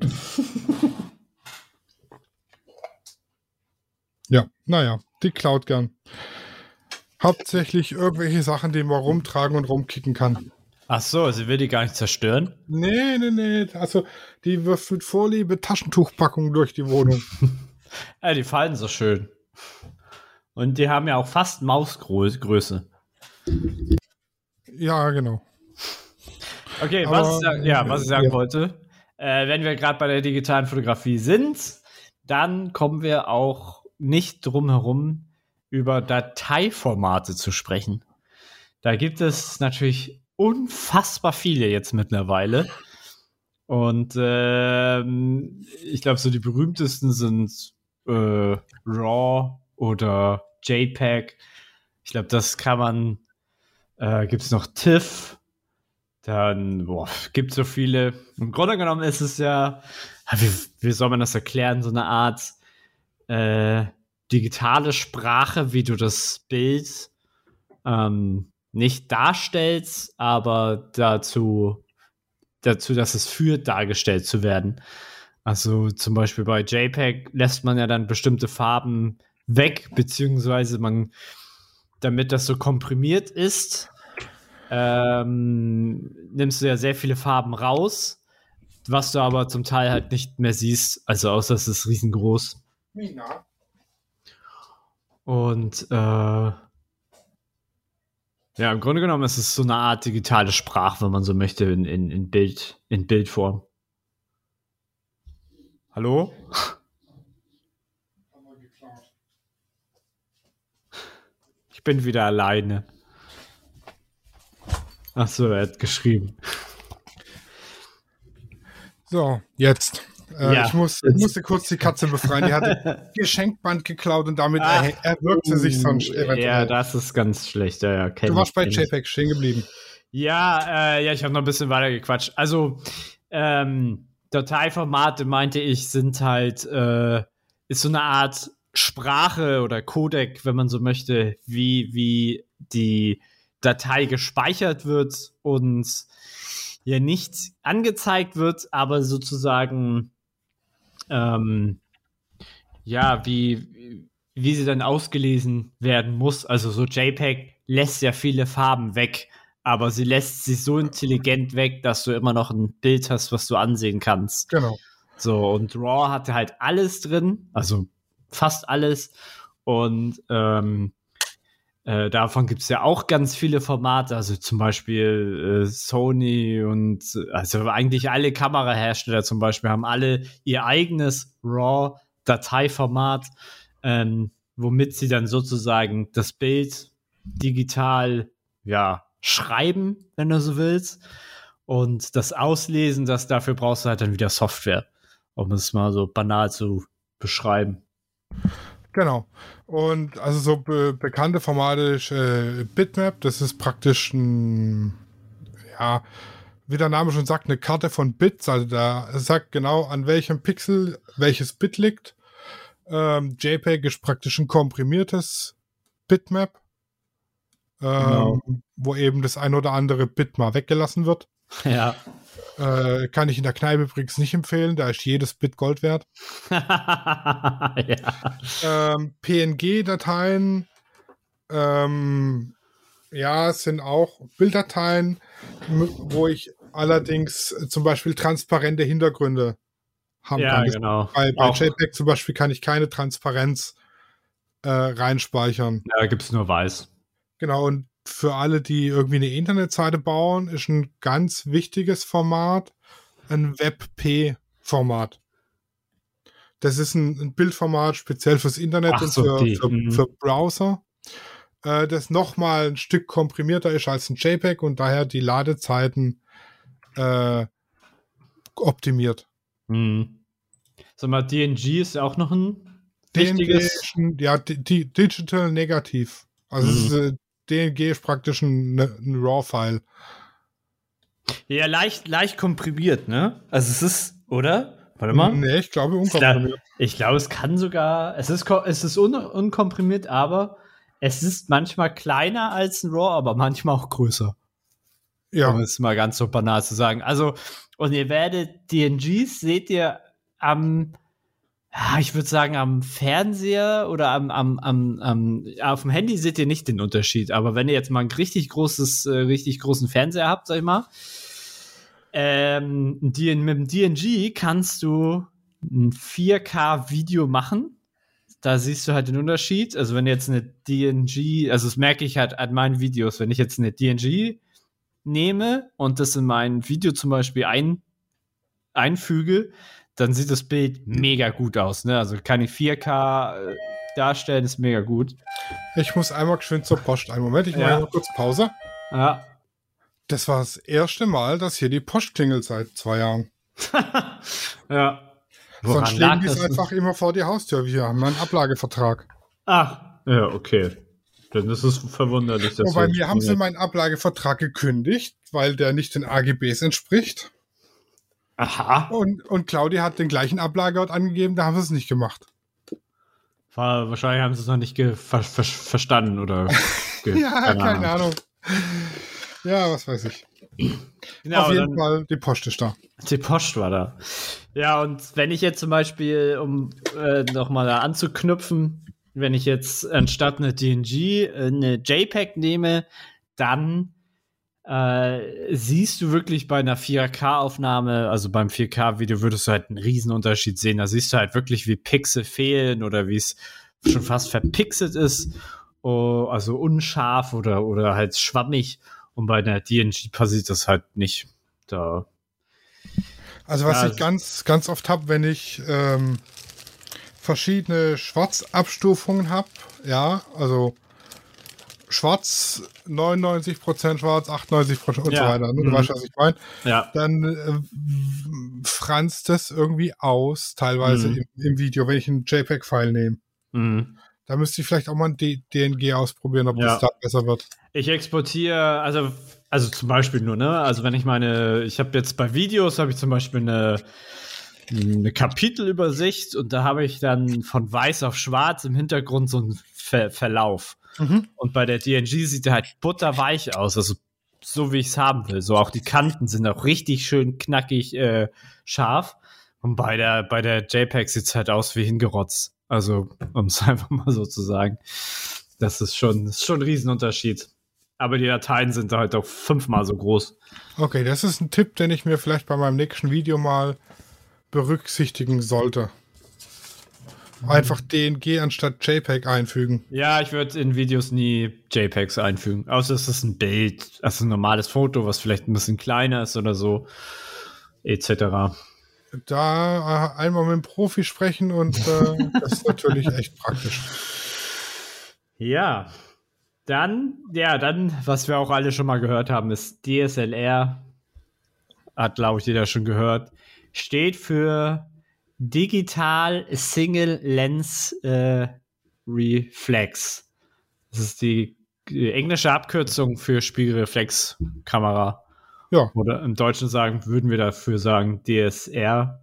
Ja, naja, die klaut gern. Hauptsächlich irgendwelche Sachen, die man rumtragen und rumkicken kann. Ach so, sie will die gar nicht zerstören? Nee. Also, die wirft mit Vorliebe Taschentuchpackungen durch die Wohnung. Ja, die fallen so schön. Und die haben ja auch fast Mausgröße. Ja, genau. Okay, was ich sagen wollte, wenn wir gerade bei der digitalen Fotografie sind, dann kommen wir auch nicht drum herum, über Dateiformate zu sprechen. Da gibt es natürlich unfassbar viele jetzt mittlerweile. Und ich glaube, so die berühmtesten sind RAW oder JPEG. Ich glaube, das kann man, gibt es noch TIFF, dann gibt es so viele. Im Grunde genommen ist es ja, wie soll man das erklären, so eine Art digitale Sprache, wie du das Bild nicht darstellst, aber dazu, dass es führt, dargestellt zu werden. Also zum Beispiel bei JPEG lässt man ja dann bestimmte Farben weg, beziehungsweise damit das so komprimiert ist, nimmst du ja sehr viele Farben raus, was du aber zum Teil halt nicht mehr siehst, also außer es ist riesengroß. Mina. Und ja, im Grunde genommen ist es so eine Art digitale Sprache, wenn man so möchte, in Bildform. Hallo? bin wieder alleine. Achso, er hat geschrieben. So, jetzt. Ja. Ich musste kurz die Katze befreien. Die hatte Geschenkband geklaut und damit erwürgt sie sich sonst eventuell. Ja, das ist ganz schlecht. Ja, du warst bei JPEG stehen geblieben. Ja, ich habe noch ein bisschen weiter gequatscht. Also, Dateiformate, meinte ich, sind halt, ist so eine Art Sprache oder Codec, wenn man so möchte, wie die Datei gespeichert wird und ja nicht angezeigt wird, aber sozusagen wie sie dann ausgelesen werden muss. Also so JPEG lässt ja viele Farben weg, aber sie lässt sie so intelligent weg, dass du immer noch ein Bild hast, was du ansehen kannst. Genau. So, und RAW hatte halt alles drin, also fast alles. Und davon gibt es ja auch ganz viele Formate, also zum Beispiel Sony und also eigentlich alle Kamerahersteller zum Beispiel haben alle ihr eigenes RAW-Dateiformat, womit sie dann sozusagen das Bild digital schreiben, wenn du so willst. Und das Auslesen, dafür brauchst du halt dann wieder Software, um es mal so banal zu beschreiben. Genau. Und also so bekannte Formate ist Bitmap, das ist praktisch wie der Name schon sagt, eine Karte von Bits, also da sagt genau, an welchem Pixel welches Bit liegt. JPEG ist praktisch ein komprimiertes Bitmap, wo eben das ein oder andere Bit mal weggelassen wird. Ja. Kann ich in der Kneipe übrigens nicht empfehlen, da ist jedes Bit Gold wert. PNG-Dateien, sind auch Bilddateien, wo ich allerdings zum Beispiel transparente Hintergründe haben kann. Genau. Bei JPEG zum Beispiel kann ich keine Transparenz reinspeichern. Ja, da gibt es nur weiß. Genau, und für alle, die irgendwie eine Internetseite bauen, ist ein ganz wichtiges Format ein WebP-Format. Das ist ein Bildformat speziell fürs Internet und für Browser, das nochmal ein Stück komprimierter ist als ein JPEG und daher die Ladezeiten optimiert. Sag mal, DNG ist ja auch noch ein wichtiges... Digital Negativ. Also DNG ist praktisch ein RAW-File. Ja, leicht komprimiert, ne? Also es ist, oder? Warte mal. Nee, ich glaube unkomprimiert. Ich glaube, es kann sogar, es ist unkomprimiert, aber es ist manchmal kleiner als ein RAW, aber manchmal auch größer. Ja. Um es mal ganz so banal zu sagen. Also, und ihr werdet DNGs, seht ihr ich würde sagen, am Fernseher oder auf dem Handy seht ihr nicht den Unterschied. Aber wenn ihr jetzt mal ein richtig großen Fernseher habt, sag ich mal, mit dem DNG kannst du ein 4K-Video machen. Da siehst du halt den Unterschied. Also wenn jetzt eine DNG, also das merke ich halt an meinen Videos, wenn ich jetzt eine DNG nehme und das in mein Video zum Beispiel einfüge, dann sieht das Bild mega gut aus. Ne? Also kann ich 4K darstellen, ist mega gut. Ich muss einmal geschwind zur Post. Einen Moment, ich mache mal kurz Pause. Ja. Das war das erste Mal, dass hier die Post klingelt seit 2 Jahren. Ja. Sonst legen die es einfach immer vor die Haustür. Wir haben einen Ablagevertrag. Ach, ja, okay. Dann ist es verwunderlich. Dass bei mir haben sie meinen Ablagevertrag gekündigt, weil der nicht den AGBs entspricht. Aha. Und Claudia hat den gleichen Ablageort angegeben, da haben sie es nicht gemacht. Wahrscheinlich haben sie es noch nicht verstanden oder. Ja, keine Ahnung. Ja, was weiß ich. Genau, auf jeden Fall, die Post ist da. Die Post war da. Ja, und wenn ich jetzt zum Beispiel, um nochmal da anzuknüpfen, wenn ich jetzt anstatt eine DNG eine JPEG nehme, dann siehst du wirklich bei einer 4K-Aufnahme, also beim 4K-Video würdest du halt einen riesen Unterschied sehen. Da siehst du halt wirklich, wie Pixel fehlen oder wie es schon fast verpixelt ist, also unscharf oder halt schwammig. Und bei einer DNG passiert das halt nicht. Da. Also was ich ganz, ganz oft habe, wenn ich verschiedene Schwarzabstufungen habe, also schwarz, 99% schwarz, 98% und so Ja. weiter. Ne? Du weißt, was ich meine. Ja. Dann franzt das irgendwie aus, teilweise im Video, wenn ich einen JPEG-File nehme. Mhm. Da müsste ich vielleicht auch mal ein DNG ausprobieren, ob das da besser wird. Ich exportiere, also zum Beispiel nur, ne? Also wenn ich habe jetzt bei Videos, habe ich zum Beispiel eine Kapitelübersicht und da habe ich dann von weiß auf schwarz im Hintergrund so einen Verlauf. Und bei der DNG sieht der halt butterweich aus, also so wie ich es haben will. So auch die Kanten sind auch richtig schön knackig scharf. Und bei der JPEG sieht es halt aus wie hingerotzt. Also, um es einfach mal so zu sagen. Das ist schon ein Riesenunterschied. Aber die Dateien sind halt auch 5-mal so groß. Okay, das ist ein Tipp, den ich mir vielleicht bei meinem nächsten Video mal berücksichtigen sollte. Einfach DNG anstatt JPEG einfügen. Ja, ich würde in Videos nie JPEGs einfügen. Außer es ist ein Bild, also ein normales Foto, was vielleicht ein bisschen kleiner ist oder so, etc. Da einmal mit dem Profi sprechen und das ist natürlich echt praktisch. Ja, dann, was wir auch alle schon mal gehört haben, ist DSLR. Hat, glaube ich, jeder schon gehört. Steht für Digital Single Lens Reflex. Das ist die englische Abkürzung für Spiegelreflexkamera. Ja. Oder im Deutschen würden wir dafür sagen DSR.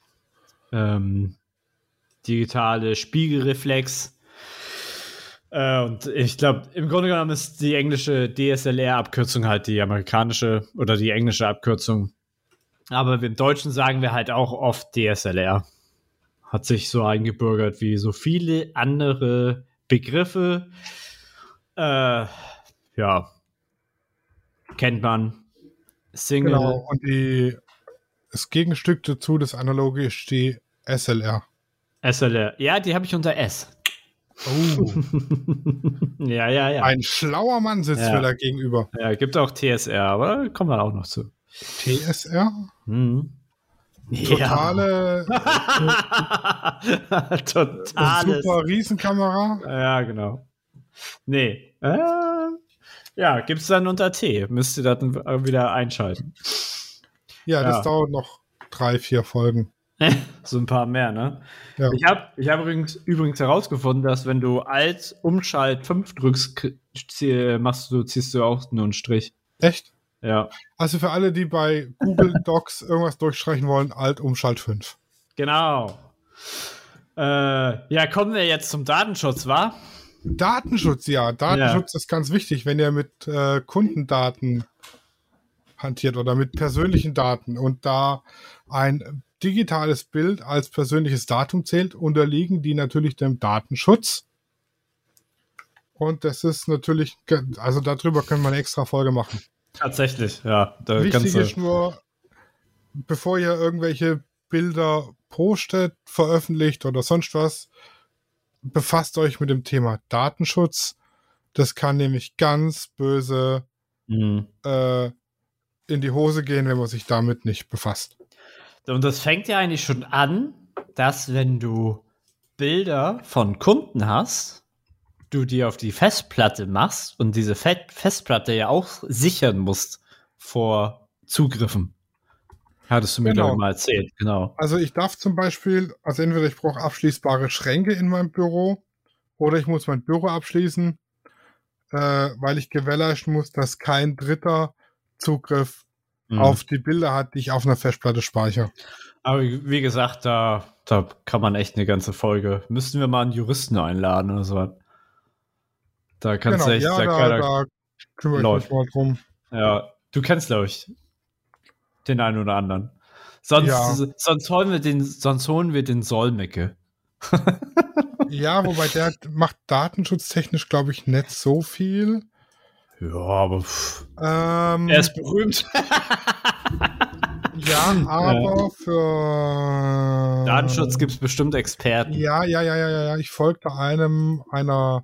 Digitale Spiegelreflex. Und ich glaube, im Grunde genommen ist die englische DSLR-Abkürzung halt die amerikanische oder die englische Abkürzung. Aber im Deutschen sagen wir halt auch oft DSLR. Hat sich so eingebürgert wie so viele andere Begriffe. Ja, kennt man. Single. Genau, und das Gegenstück dazu, das Analoge, ist die SLR. SLR. Ja, die habe ich unter S. Oh. Ja. Ein schlauer Mann sitzt mir da gegenüber. Ja, gibt auch TSR, aber kommen wir auch noch zu. TSR? Totales. Super Riesenkamera. Ja, genau. Nee. Ja, gibt's dann unter T. Müsst ihr dann wieder einschalten. Ja, das dauert noch 3-4 Folgen. So ein paar mehr, ne? Ja. Ich hab übrigens herausgefunden, dass wenn du Alt Umschalt 5 drückst, ziehst du auch nur einen Strich. Echt? Ja. Also für alle, die bei Google Docs irgendwas durchstreichen wollen, Alt Umschalt 5. Genau. Ja, kommen wir jetzt zum Datenschutz, wa? Datenschutz, ja. Datenschutz ist ganz wichtig, wenn ihr mit Kundendaten hantiert oder mit persönlichen Daten und da ein digitales Bild als persönliches Datum zählt, unterliegen die natürlich dem Datenschutz. Und das ist natürlich, also darüber können wir eine extra Folge machen. Tatsächlich, ja. Wichtig ist nur, bevor ihr irgendwelche Bilder postet, veröffentlicht oder sonst was, befasst euch mit dem Thema Datenschutz. Das kann nämlich ganz böse in die Hose gehen, wenn man sich damit nicht befasst. Und das fängt ja eigentlich schon an, dass wenn du Bilder von Kunden hast, du die auf die Festplatte machst und diese Festplatte ja auch sichern musst vor Zugriffen. Hattest du mir doch mal erzählt, genau. Also ich darf zum Beispiel, entweder ich brauche abschließbare Schränke in meinem Büro oder ich muss mein Büro abschließen, weil ich gewährleisten muss, dass kein Dritter Zugriff auf die Bilder hat, die ich auf einer Festplatte speichere. Aber wie gesagt, da kann man echt eine ganze Folge. Müssten wir mal einen Juristen einladen oder so. Da kannst du echt... da kümmere ich mich mal drum. Ja, du kennst, glaube ich, den einen oder anderen. Sonst holen wir den Solmecke. Ja, wobei der macht datenschutztechnisch, glaube ich, nicht so viel. Ja, aber er ist berühmt. Ja, aber für Datenschutz gibt es bestimmt Experten. Ja. Ich folgte einer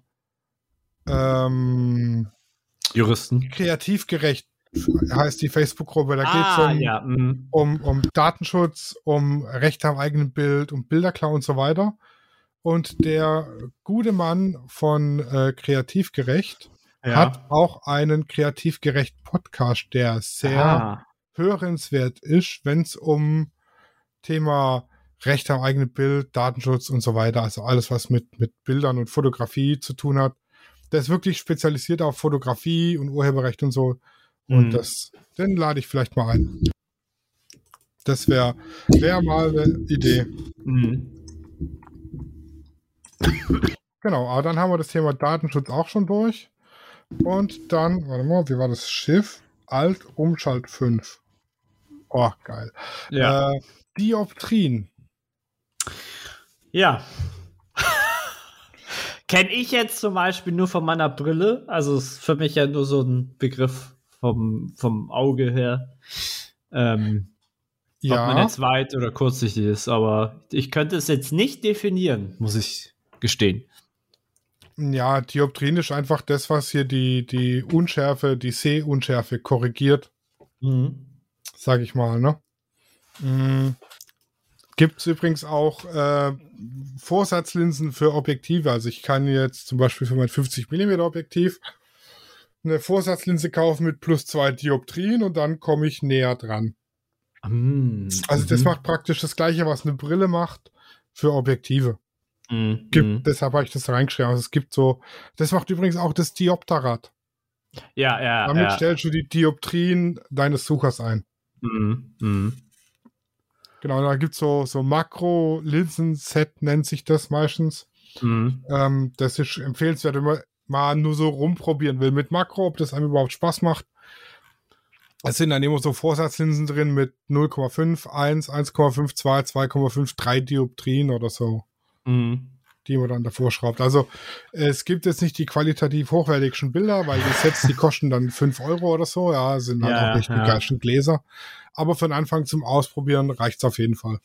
Juristen. Kreativgerecht heißt die Facebook-Gruppe. Da geht es um Datenschutz, um Recht am eigenen Bild, um Bilderklau und so weiter. Und der gute Mann von Kreativgerecht hat auch einen kreativgerechten Podcast, der sehr hörenswert ist, wenn es um Thema Recht am eigenen Bild, Datenschutz und so weiter, also alles, was mit Bildern und Fotografie zu tun hat. Der ist wirklich spezialisiert auf Fotografie und Urheberrecht und so. Und den lade ich vielleicht mal ein. Das wäre mal eine Idee. Genau, aber dann haben wir das Thema Datenschutz auch schon durch. Und dann, warte mal, wie war das Schiff? Alt-Umschalt 5. Oh, geil. Ja. Dioptrien. Ja. Kenne ich jetzt zum Beispiel nur von meiner Brille. Also ist für mich ja nur so ein Begriff vom Auge her. Ob man jetzt weit oder kurzsichtig ist. Aber ich könnte es jetzt nicht definieren, muss ich gestehen. Ja, Dioptrien ist einfach das, was hier die Unschärfe, die Sehunschärfe korrigiert. Sag ich mal, ne? Gibt es übrigens auch Vorsatzlinsen für Objektive. Also ich kann jetzt zum Beispiel für mein 50mm Objektiv eine Vorsatzlinse kaufen mit +2 Dioptrien und dann komme ich näher dran. Also das macht praktisch das Gleiche, was eine Brille macht für Objektive. Deshalb habe ich das reingeschrieben. Also es gibt so, das macht übrigens auch das Diopterrad. Ja. Damit stellst du die Dioptrien deines Suchers ein. Genau, da gibt es so Makro-Linsen-Set, nennt sich das meistens. Das ist empfehlenswert, wenn man mal nur so rumprobieren will mit Makro, ob das einem überhaupt Spaß macht. Es sind dann immer so Vorsatzlinsen drin mit 0,5, 1, 1,5, 2, 2,5, 3 Dioptrien oder so, die man dann davor schraubt. Also es gibt jetzt nicht die qualitativ hochwertigsten Bilder, weil die Sets, die kosten dann 5 Euro oder so. Ja, sind halt auch nicht die geilsten Gläser. Aber für den Anfang zum Ausprobieren reicht es auf jeden Fall.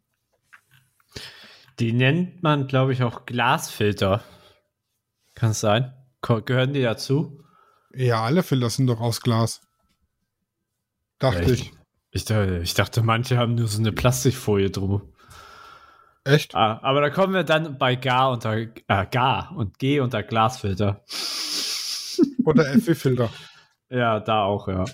Die nennt man, glaube ich, auch Glasfilter. Kann es sein? Gehören die dazu? Ja, alle Filter sind doch aus Glas. Dachte ich. Ich dachte, manche haben nur so eine Plastikfolie drum. Echt? Aber da kommen wir dann bei Gar und G unter Glasfilter. Oder FW-Filter. Ja, da auch, ja.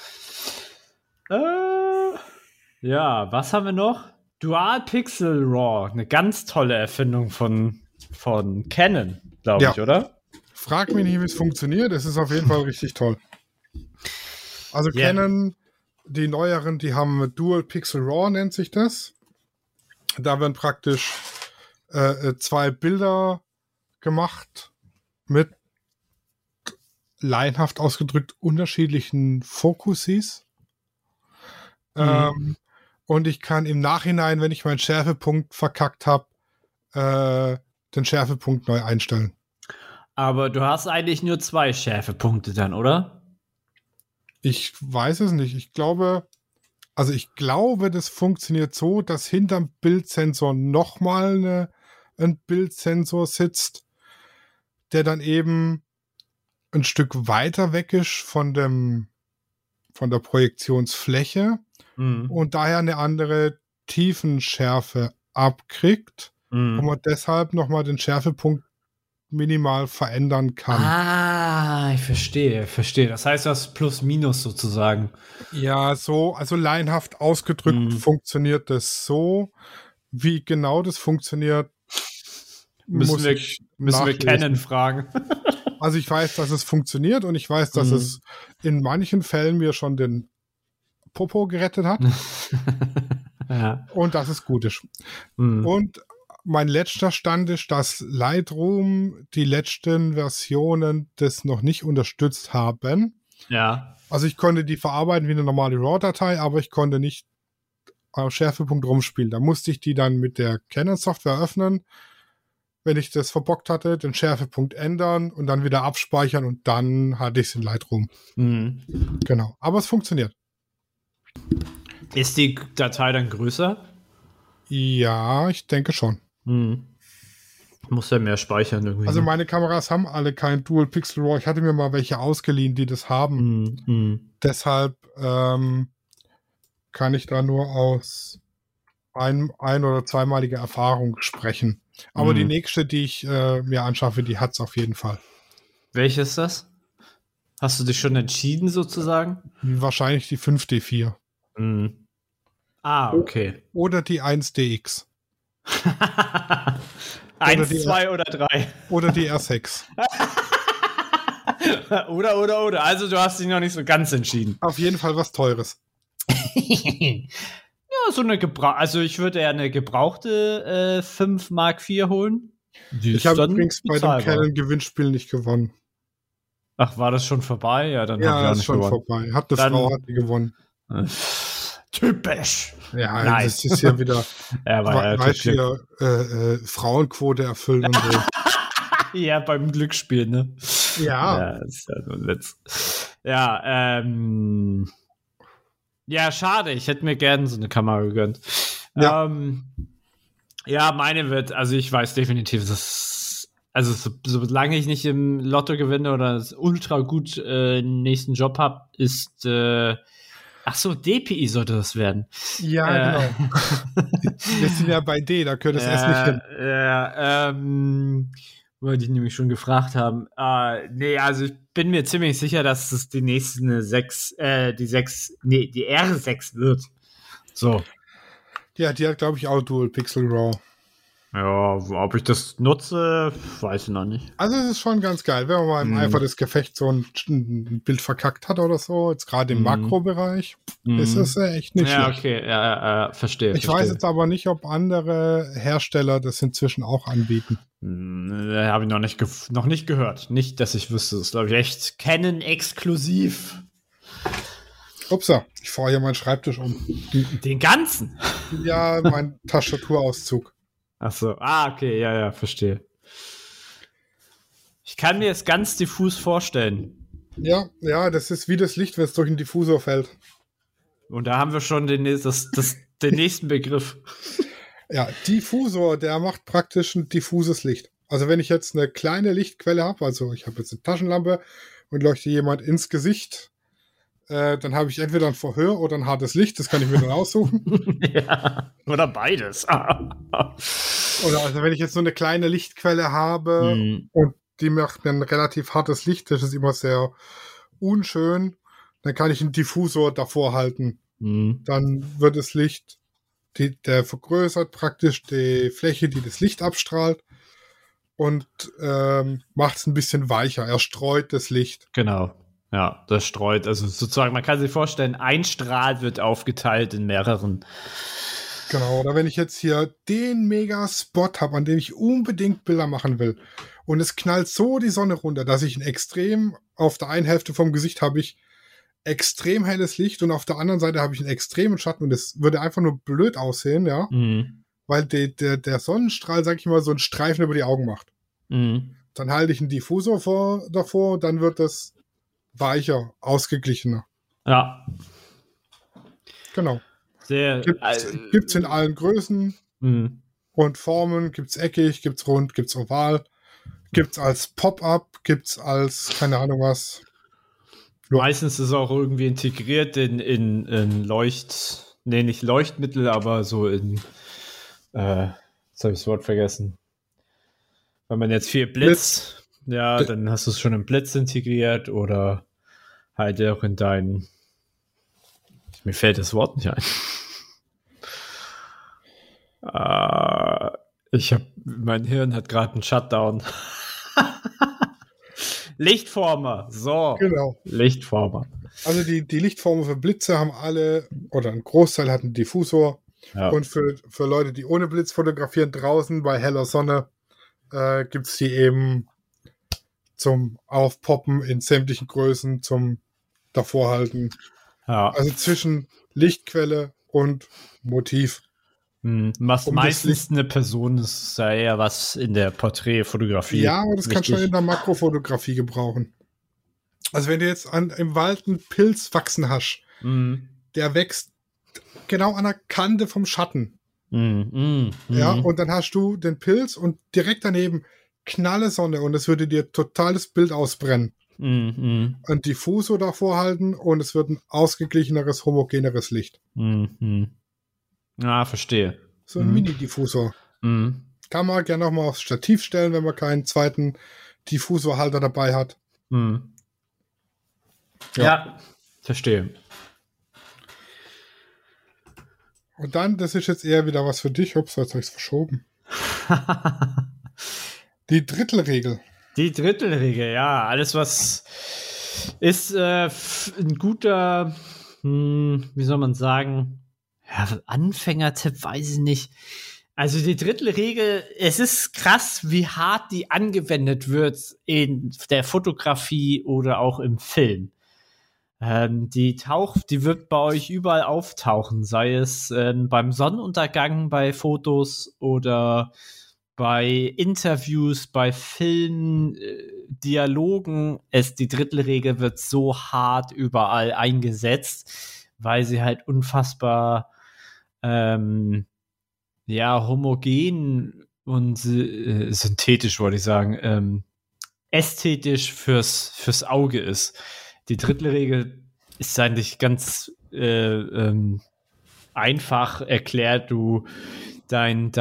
Ja, was haben wir noch? Dual Pixel RAW. Eine ganz tolle Erfindung von Canon, glaube ich, oder? Frag mich nicht, wie es funktioniert. Es ist auf jeden Fall richtig toll. Also Canon, die neueren, die haben Dual Pixel RAW, nennt sich das. Da werden praktisch 2 Bilder gemacht mit laienhaft ausgedrückt unterschiedlichen Fokusis. Und ich kann im Nachhinein, wenn ich meinen Schärfepunkt verkackt habe, den Schärfepunkt neu einstellen. Aber du hast eigentlich nur 2 Schärfepunkte dann, oder? Ich weiß es nicht. Ich glaube, das funktioniert so, dass hinterm Bildsensor nochmal ein Bildsensor sitzt, der dann eben ein Stück weiter weg ist von der Projektionsfläche und daher eine andere Tiefenschärfe abkriegt und man deshalb nochmal den Schärfepunkt minimal verändern kann. Ich verstehe. Das heißt, das Plus-Minus sozusagen. Ja, so, also laienhaft ausgedrückt funktioniert das so. Wie genau das funktioniert, müssen wir Canon fragen. Also ich weiß, dass es funktioniert und ich weiß, dass es in manchen Fällen mir schon den Popo gerettet hat. Und dass es gut ist. Und mein letzter Stand ist, dass Lightroom die letzten Versionen das noch nicht unterstützt haben. Ja. Also ich konnte die verarbeiten wie eine normale RAW-Datei, aber ich konnte nicht am Schärfepunkt rumspielen. Da musste ich die dann mit der Canon-Software öffnen, wenn ich das verbockt hatte, den Schärfepunkt ändern und dann wieder abspeichern und dann hatte ich es in Lightroom. Genau. Aber es funktioniert. Ist die Datei dann größer? Ja, ich denke schon. Muss ja mehr speichern irgendwie. Also meine Kameras haben alle kein Dual Pixel RAW. Ich hatte mir mal welche ausgeliehen, die das haben. Deshalb kann ich da nur aus ein- oder zweimaliger Erfahrung sprechen. Aber die nächste, die ich mir anschaffe, die hat es auf jeden Fall. Welche ist das? Hast du dich schon entschieden sozusagen? Wahrscheinlich die 5D4. Mhm. Ah, okay. Oder die 1DX. 1, die 2 oder 3. Oder die R6. oder. Also du hast dich noch nicht so ganz entschieden. Auf jeden Fall was Teures. Ja, so eine also ich würde eher eine gebrauchte 5 Mark IV holen. Ich habe übrigens bei dem Canon-Gewinnspiel nicht gewonnen. Ach, war das schon vorbei? Ja, dann ja, habe ich auch ist nicht schon gewonnen. Vorbei. Hat eine Frau hat die gewonnen. Typisch. Ja, nice. Das ist ja wieder Frauenquote erfüllen und so. Ja, beim Glücksspiel, ne? Ja. Das ist ja nur ein Witz. Ja, ja, schade. Ich hätte mir gerne so eine Kamera gegönnt. Ja. Ja, meine wird, also ich weiß definitiv, solange ich nicht im Lotto gewinne oder ultra gut nächsten Job habe, ist DPI sollte das werden. Ja, genau. Wir sind ja bei D, da könnte es erst nicht hin. Ja, wollte ich nämlich schon gefragt haben. Nee, also ich bin mir ziemlich sicher, dass es die nächste die R6 wird. So. Ja, die hat, glaube ich, auch Dual Pixel RAW. Ja, ob ich das nutze, weiß ich noch nicht. Also es ist schon ganz geil, wenn man mal im Eifer des Gefechts so ein Bild verkackt hat oder so, jetzt gerade im Makrobereich, ist das echt nicht schlecht. Okay, ja, verstehe. Ich weiß jetzt aber nicht, ob andere Hersteller das inzwischen auch anbieten. Habe ich noch nicht gehört. Nicht, dass ich wüsste. Das ist, glaube ich, echt Canon exklusiv. Upsa, ich fahre hier meinen Schreibtisch um. Den ganzen? Ja, mein Tastaturauszug. Ach so, okay, ja, verstehe. Ich kann mir es ganz diffus vorstellen. Ja, das ist wie das Licht, wenn es durch den Diffusor fällt. Und da haben wir schon den nächsten Begriff. Ja, Diffusor, der macht praktisch ein diffuses Licht. Also wenn ich jetzt eine kleine Lichtquelle habe, also ich habe jetzt eine Taschenlampe und leuchte jemand ins Gesicht, dann habe ich entweder ein Verhör oder ein hartes Licht, das kann ich mir dann aussuchen. Ja, oder beides. Oder also wenn ich jetzt so eine kleine Lichtquelle habe und die macht mir ein relativ hartes Licht, das ist immer sehr unschön, dann kann ich einen Diffusor davor halten. Dann wird das Licht, der vergrößert praktisch die Fläche, die das Licht abstrahlt und macht es ein bisschen weicher. Er streut das Licht. Genau. Ja, das streut, also sozusagen, man kann sich vorstellen, ein Strahl wird aufgeteilt in mehreren. Genau, oder wenn ich jetzt hier den Mega-Spot habe, an dem ich unbedingt Bilder machen will und es knallt so die Sonne runter, dass ich auf der einen Hälfte vom Gesicht habe ich extrem helles Licht und auf der anderen Seite habe ich einen extremen Schatten und das würde einfach nur blöd aussehen, ja, weil der Sonnenstrahl, sag ich mal, so einen Streifen über die Augen macht. Dann halte ich einen Diffusor davor und dann wird das weicher, ausgeglichener. Ja. Genau. Gibt's in allen Größen und Formen, gibt's eckig, gibt's rund, gibt's oval, gibt's als Pop-up, gibt's als, keine Ahnung was. Meistens ist es auch irgendwie integriert in nicht Leuchtmittel, aber so in, jetzt habe ich das Wort vergessen. Wenn man jetzt viel Blitz. Ja, dann hast du es schon im Blitz integriert oder halt auch in deinen. Mir fällt das Wort nicht ein. Mein Hirn hat gerade einen Shutdown. Lichtformer, so. Genau. Lichtformer. Also die Lichtformer für Blitze haben alle, oder ein Großteil hat einen Diffusor. Ja. Und für Leute, die ohne Blitz fotografieren, draußen bei heller Sonne, gibt es die eben zum Aufpoppen in sämtlichen Größen, zum Davorhalten. Ja. Also zwischen Lichtquelle und Motiv. Meistens eine Person, das sei ja was in der Porträtfotografie. Ja, aber das kannst du schon in der Makrofotografie gebrauchen. Also wenn du jetzt im Wald einen Pilz wachsen hast, der wächst genau an der Kante vom Schatten. Ja, und dann hast du den Pilz und direkt daneben knalle Sonne und es würde dir total das Bild ausbrennen. Ein Diffusor davor halten und es wird ein ausgeglicheneres, homogeneres Licht. Ja, verstehe. So ein Mini-Diffusor. Kann man gerne nochmal aufs Stativ stellen, wenn man keinen zweiten Diffusorhalter dabei hat. Ja, verstehe. Und dann, das ist jetzt eher wieder was für dich. Ups, jetzt habe ich es verschoben. Die Drittelregel. Die Drittelregel, ja. Alles, was ist ein guter, wie soll man sagen, ja, Anfängertipp, weiß ich nicht. Also die Drittelregel, es ist krass, wie hart die angewendet wird in der Fotografie oder auch im Film. Die wird bei euch überall auftauchen, sei es beim Sonnenuntergang bei Fotos oder bei Interviews, bei Filmen, Dialogen. Die Drittelregel wird so hart überall eingesetzt, weil sie halt unfassbar homogen und synthetisch, wollte ich sagen, ästhetisch fürs Auge ist. Die Drittelregel ist eigentlich ganz einfach erklärt. Du dein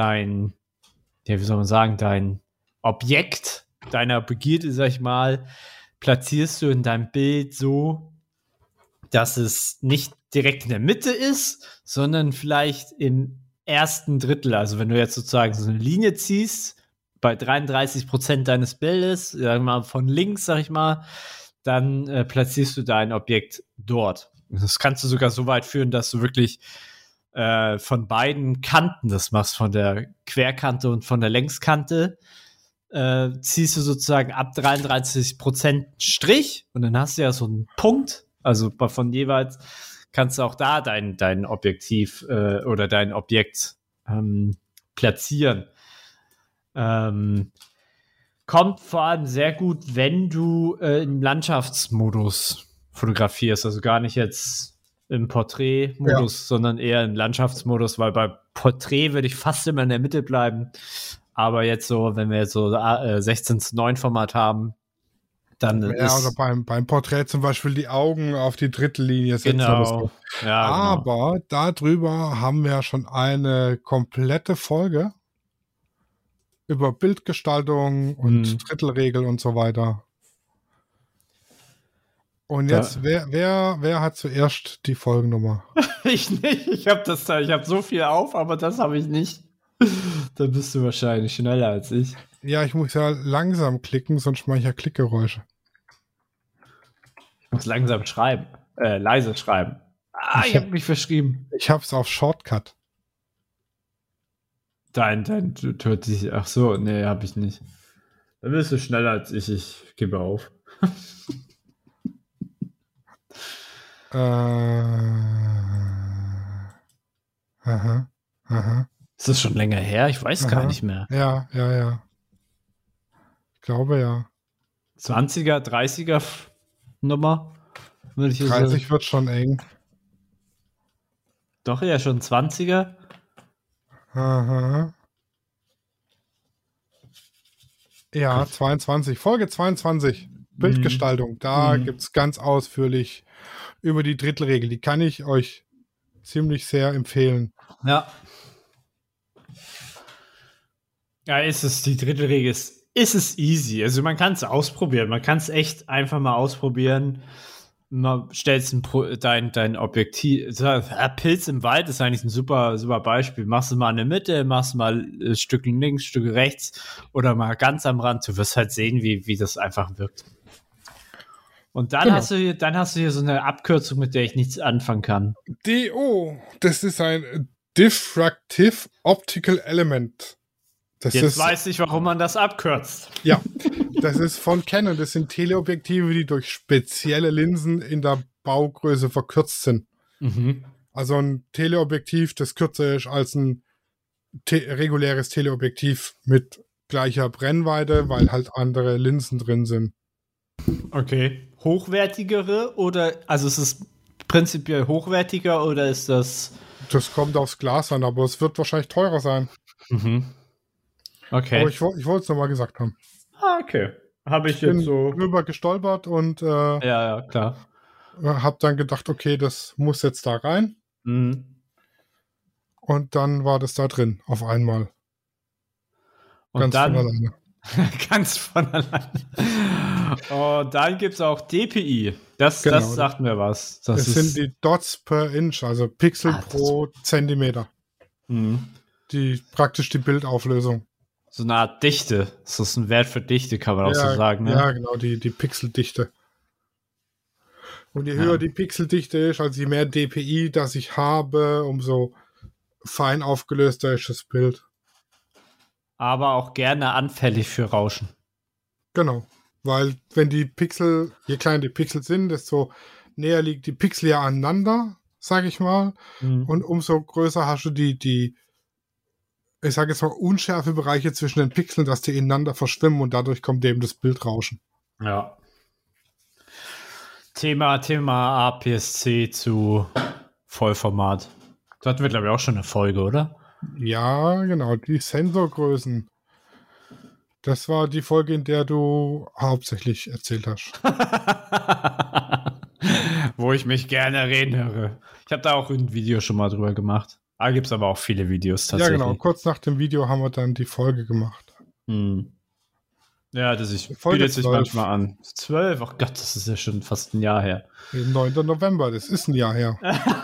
Objekt deiner Begierde, sag ich mal, platzierst du in deinem Bild so, dass es nicht direkt in der Mitte ist, sondern vielleicht im ersten Drittel. Also wenn du jetzt sozusagen so eine Linie ziehst, bei 33% deines Bildes, sagen wir mal von links, sag ich mal, dann platzierst du dein Objekt dort. Das kannst du sogar so weit führen, dass du wirklich von beiden Kanten das machst, von der Querkante und von der Längskante, ziehst du sozusagen ab 33% Strich und dann hast du ja so einen Punkt, also von jeweils kannst du auch da dein Objektiv oder dein Objekt platzieren. Kommt vor allem sehr gut, wenn du im Landschaftsmodus fotografierst, also gar nicht jetzt im Porträtmodus, sondern eher im Landschaftsmodus, weil bei Porträt würde ich fast immer in der Mitte bleiben. Aber jetzt so, wenn wir jetzt so 16:9 Format haben, dann oder beim Porträt zum Beispiel die Augen auf die Drittellinie setzen. Genau. Oder so. Ja, aber darüber haben wir schon eine komplette Folge über Bildgestaltung und Drittelregel und so weiter. Und jetzt, wer hat zuerst die Folgennummer? Ich nicht. Ich habe so viel auf, aber das habe ich nicht. Da bist du wahrscheinlich schneller als ich. Ja, ich muss ja langsam klicken, sonst mache ich ja Klickgeräusche. Ich muss langsam schreiben. Leise schreiben. Ich habe mich verschrieben. Ich habe es auf Shortcut. Dein hört sich. Ach so, nee, habe ich nicht. Dann bist du schneller als ich. Ich gebe auf. Ist das schon länger her? Ich weiß gar nicht mehr. Ja. Ich glaube ja. 20er, 30er Nummer? 30 wird schon eng. Doch, ja, schon 20er. Aha. Ja, 22. Folge 22. Bildgestaltung. Da gibt es ganz ausführlich über die Drittelregel. Die kann ich euch ziemlich sehr empfehlen. Ja. Ja, die Drittelregel ist es easy. Also man kann es ausprobieren. Man kann es echt einfach mal ausprobieren. Man stellst dein Objektiv. Pilz im Wald ist eigentlich ein super Beispiel. Machst du mal in der Mitte, machst du mal ein Stück links, ein Stück rechts oder mal ganz am Rand. Du wirst halt sehen, wie das einfach wirkt. Und dann hast du hier so eine Abkürzung, mit der ich nichts anfangen kann. DO, das ist ein Diffractive Optical Element. Weiß ich, warum man das abkürzt. Ja, das ist von Canon. Das sind Teleobjektive, die durch spezielle Linsen in der Baugröße verkürzt sind. Also ein Teleobjektiv, das kürzer ist als ein reguläres Teleobjektiv mit gleicher Brennweite, weil halt andere Linsen drin sind. Okay. Hochwertigere also ist es prinzipiell hochwertiger oder ist das... Das kommt aufs Glas an, aber es wird wahrscheinlich teurer sein. Okay. Aber ich wollte es nochmal gesagt haben. Okay. Habe ich jetzt so... drüber gestolpert und ja, klar. Habe dann gedacht, okay, das muss jetzt da rein. Und dann war das da drin, auf einmal. Und von alleine. Ganz von alleine. Und dann gibt es auch DPI. Das Genau. sagt mir was. Das sind die Dots per Inch, also Pixel pro Zentimeter. Die praktisch die Bildauflösung. So eine Art Dichte. Das ist ein Wert für Dichte, kann man auch so sagen. Ne? Ja, genau, die Pixeldichte. Und je höher die Pixeldichte ist, also je mehr DPI, das ich habe, umso fein aufgelöster ist das Bild. Aber auch gerne anfällig für Rauschen. Genau, weil wenn die Pixel, je kleiner die Pixel sind, desto näher liegt die Pixel ja aneinander, sage ich mal. Und umso größer hast du die ich sage jetzt mal, unschärfe Bereiche zwischen den Pixeln, dass die ineinander verschwimmen und dadurch kommt eben das Bildrauschen. Ja. Thema APS-C zu Vollformat. Da hatten wir, glaube ich, auch schon eine Folge, oder? Ja, genau, die Sensorgrößen. Das war die Folge, in der du hauptsächlich erzählt hast. Wo ich mich gerne erinnere. Ich habe da auch ein Video schon mal drüber gemacht. Da gibt es aber auch viele Videos tatsächlich. Ja, genau. Kurz nach dem Video haben wir dann die Folge gemacht. Ja, das bietet sich manchmal an. 12, oh Gott, das ist ja schon fast ein Jahr her. 9. November, das ist ein Jahr her.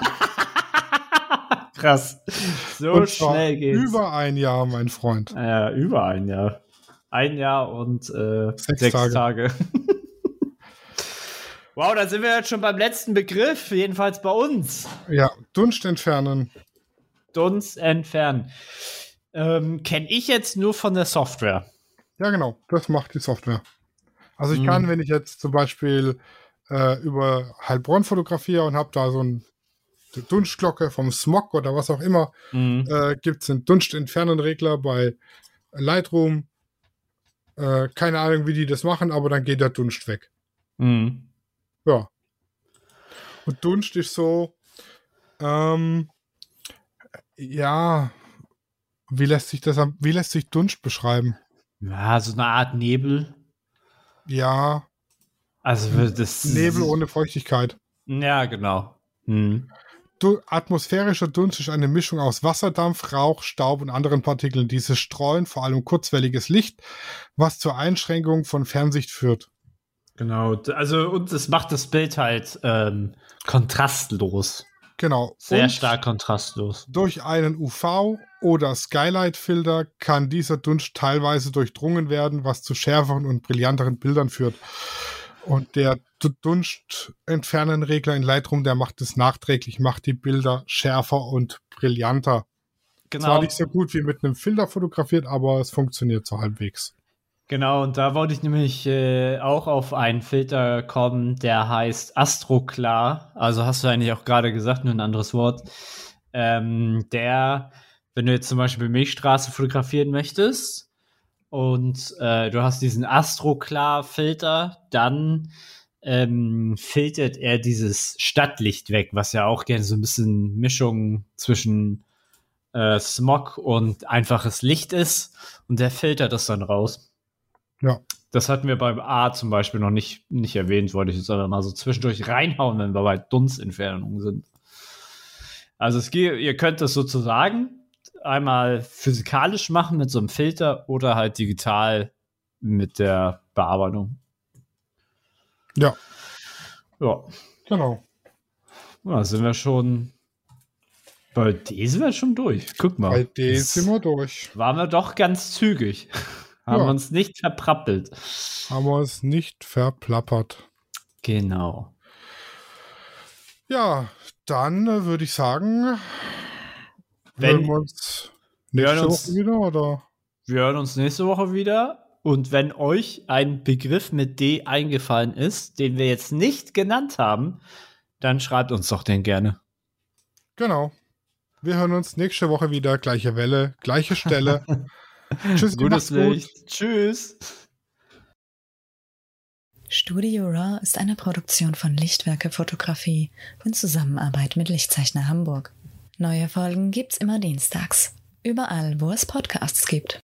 Krass. So und schnell geht's. Über ein Jahr, mein Freund. Ja, über ein Jahr. Ein Jahr und 6 Tage. Wow, da sind wir jetzt schon beim letzten Begriff, jedenfalls bei uns. Ja, Dunst entfernen. Dunst entfernen. Kenne ich jetzt nur von der Software. Ja, genau, das macht die Software. Also ich kann, wenn ich jetzt zum Beispiel über Heilbronn fotografiere und habe da so eine Dunstglocke vom Smog oder was auch immer, gibt es einen Dunstentfernen-Regler bei Lightroom. Keine Ahnung, wie die das machen, aber dann geht der Dunst weg. Ja. Und Dunst ist so, ja, wie lässt sich Dunst beschreiben? Ja, so eine Art Nebel. Ja. Also das Nebel ohne Feuchtigkeit. Ja, genau. Atmosphärischer Dunst ist eine Mischung aus Wasserdampf, Rauch, Staub und anderen Partikeln. Diese streuen vor allem kurzwelliges Licht, was zur Einschränkung von Fernsicht führt. Genau. Also und es macht das Bild halt kontrastlos. Genau. Sehr stark kontrastlos. Durch einen UV- oder Skylight-Filter kann dieser Dunst teilweise durchdrungen werden, was zu schärferen und brillanteren Bildern führt. Und der Dunstentfernen-Regler in Lightroom, der macht es nachträglich, macht die Bilder schärfer und brillanter. Genau. Zwar nicht so gut wie mit einem Filter fotografiert, aber es funktioniert so halbwegs. Genau, und da wollte ich nämlich auch auf einen Filter kommen, der heißt Astroklar. Also hast du eigentlich auch gerade gesagt, nur ein anderes Wort. Der, wenn du jetzt zum Beispiel Milchstraße fotografieren möchtest und du hast diesen Astroklar-Filter, dann filtert er dieses Stadtlicht weg, was ja auch gerne so ein bisschen Mischung zwischen Smog und einfaches Licht ist. Und der filtert das dann raus. Ja. Das hatten wir beim A zum Beispiel noch nicht erwähnt, wollte ich jetzt aber mal so zwischendurch reinhauen, wenn wir bei Dunstentfernungen sind. Also ihr könnt das sozusagen einmal physikalisch machen mit so einem Filter oder halt digital mit der Bearbeitung. Ja. Ja. Genau. Ja, sind wir schon. Bei D sind wir schon durch. Guck mal. Bei D sind wir durch. Waren wir doch ganz zügig. Haben wir uns nicht verprappelt. Haben wir uns nicht verplappert. Genau. Ja, dann würde ich sagen, hören wir uns nächste Woche wieder, oder? Wir hören uns nächste Woche wieder. Und wenn euch ein Begriff mit D eingefallen ist, den wir jetzt nicht genannt haben, dann schreibt uns doch den gerne. Genau. Wir hören uns nächste Woche wieder. Gleiche Welle, gleiche Stelle. Tschüss, gutes Licht. Gut. Tschüss. Studio Raw ist eine Produktion von Lichtwerke Fotografie in Zusammenarbeit mit Lichtzeichner Hamburg. Neue Folgen gibt's immer dienstags. Überall, wo es Podcasts gibt.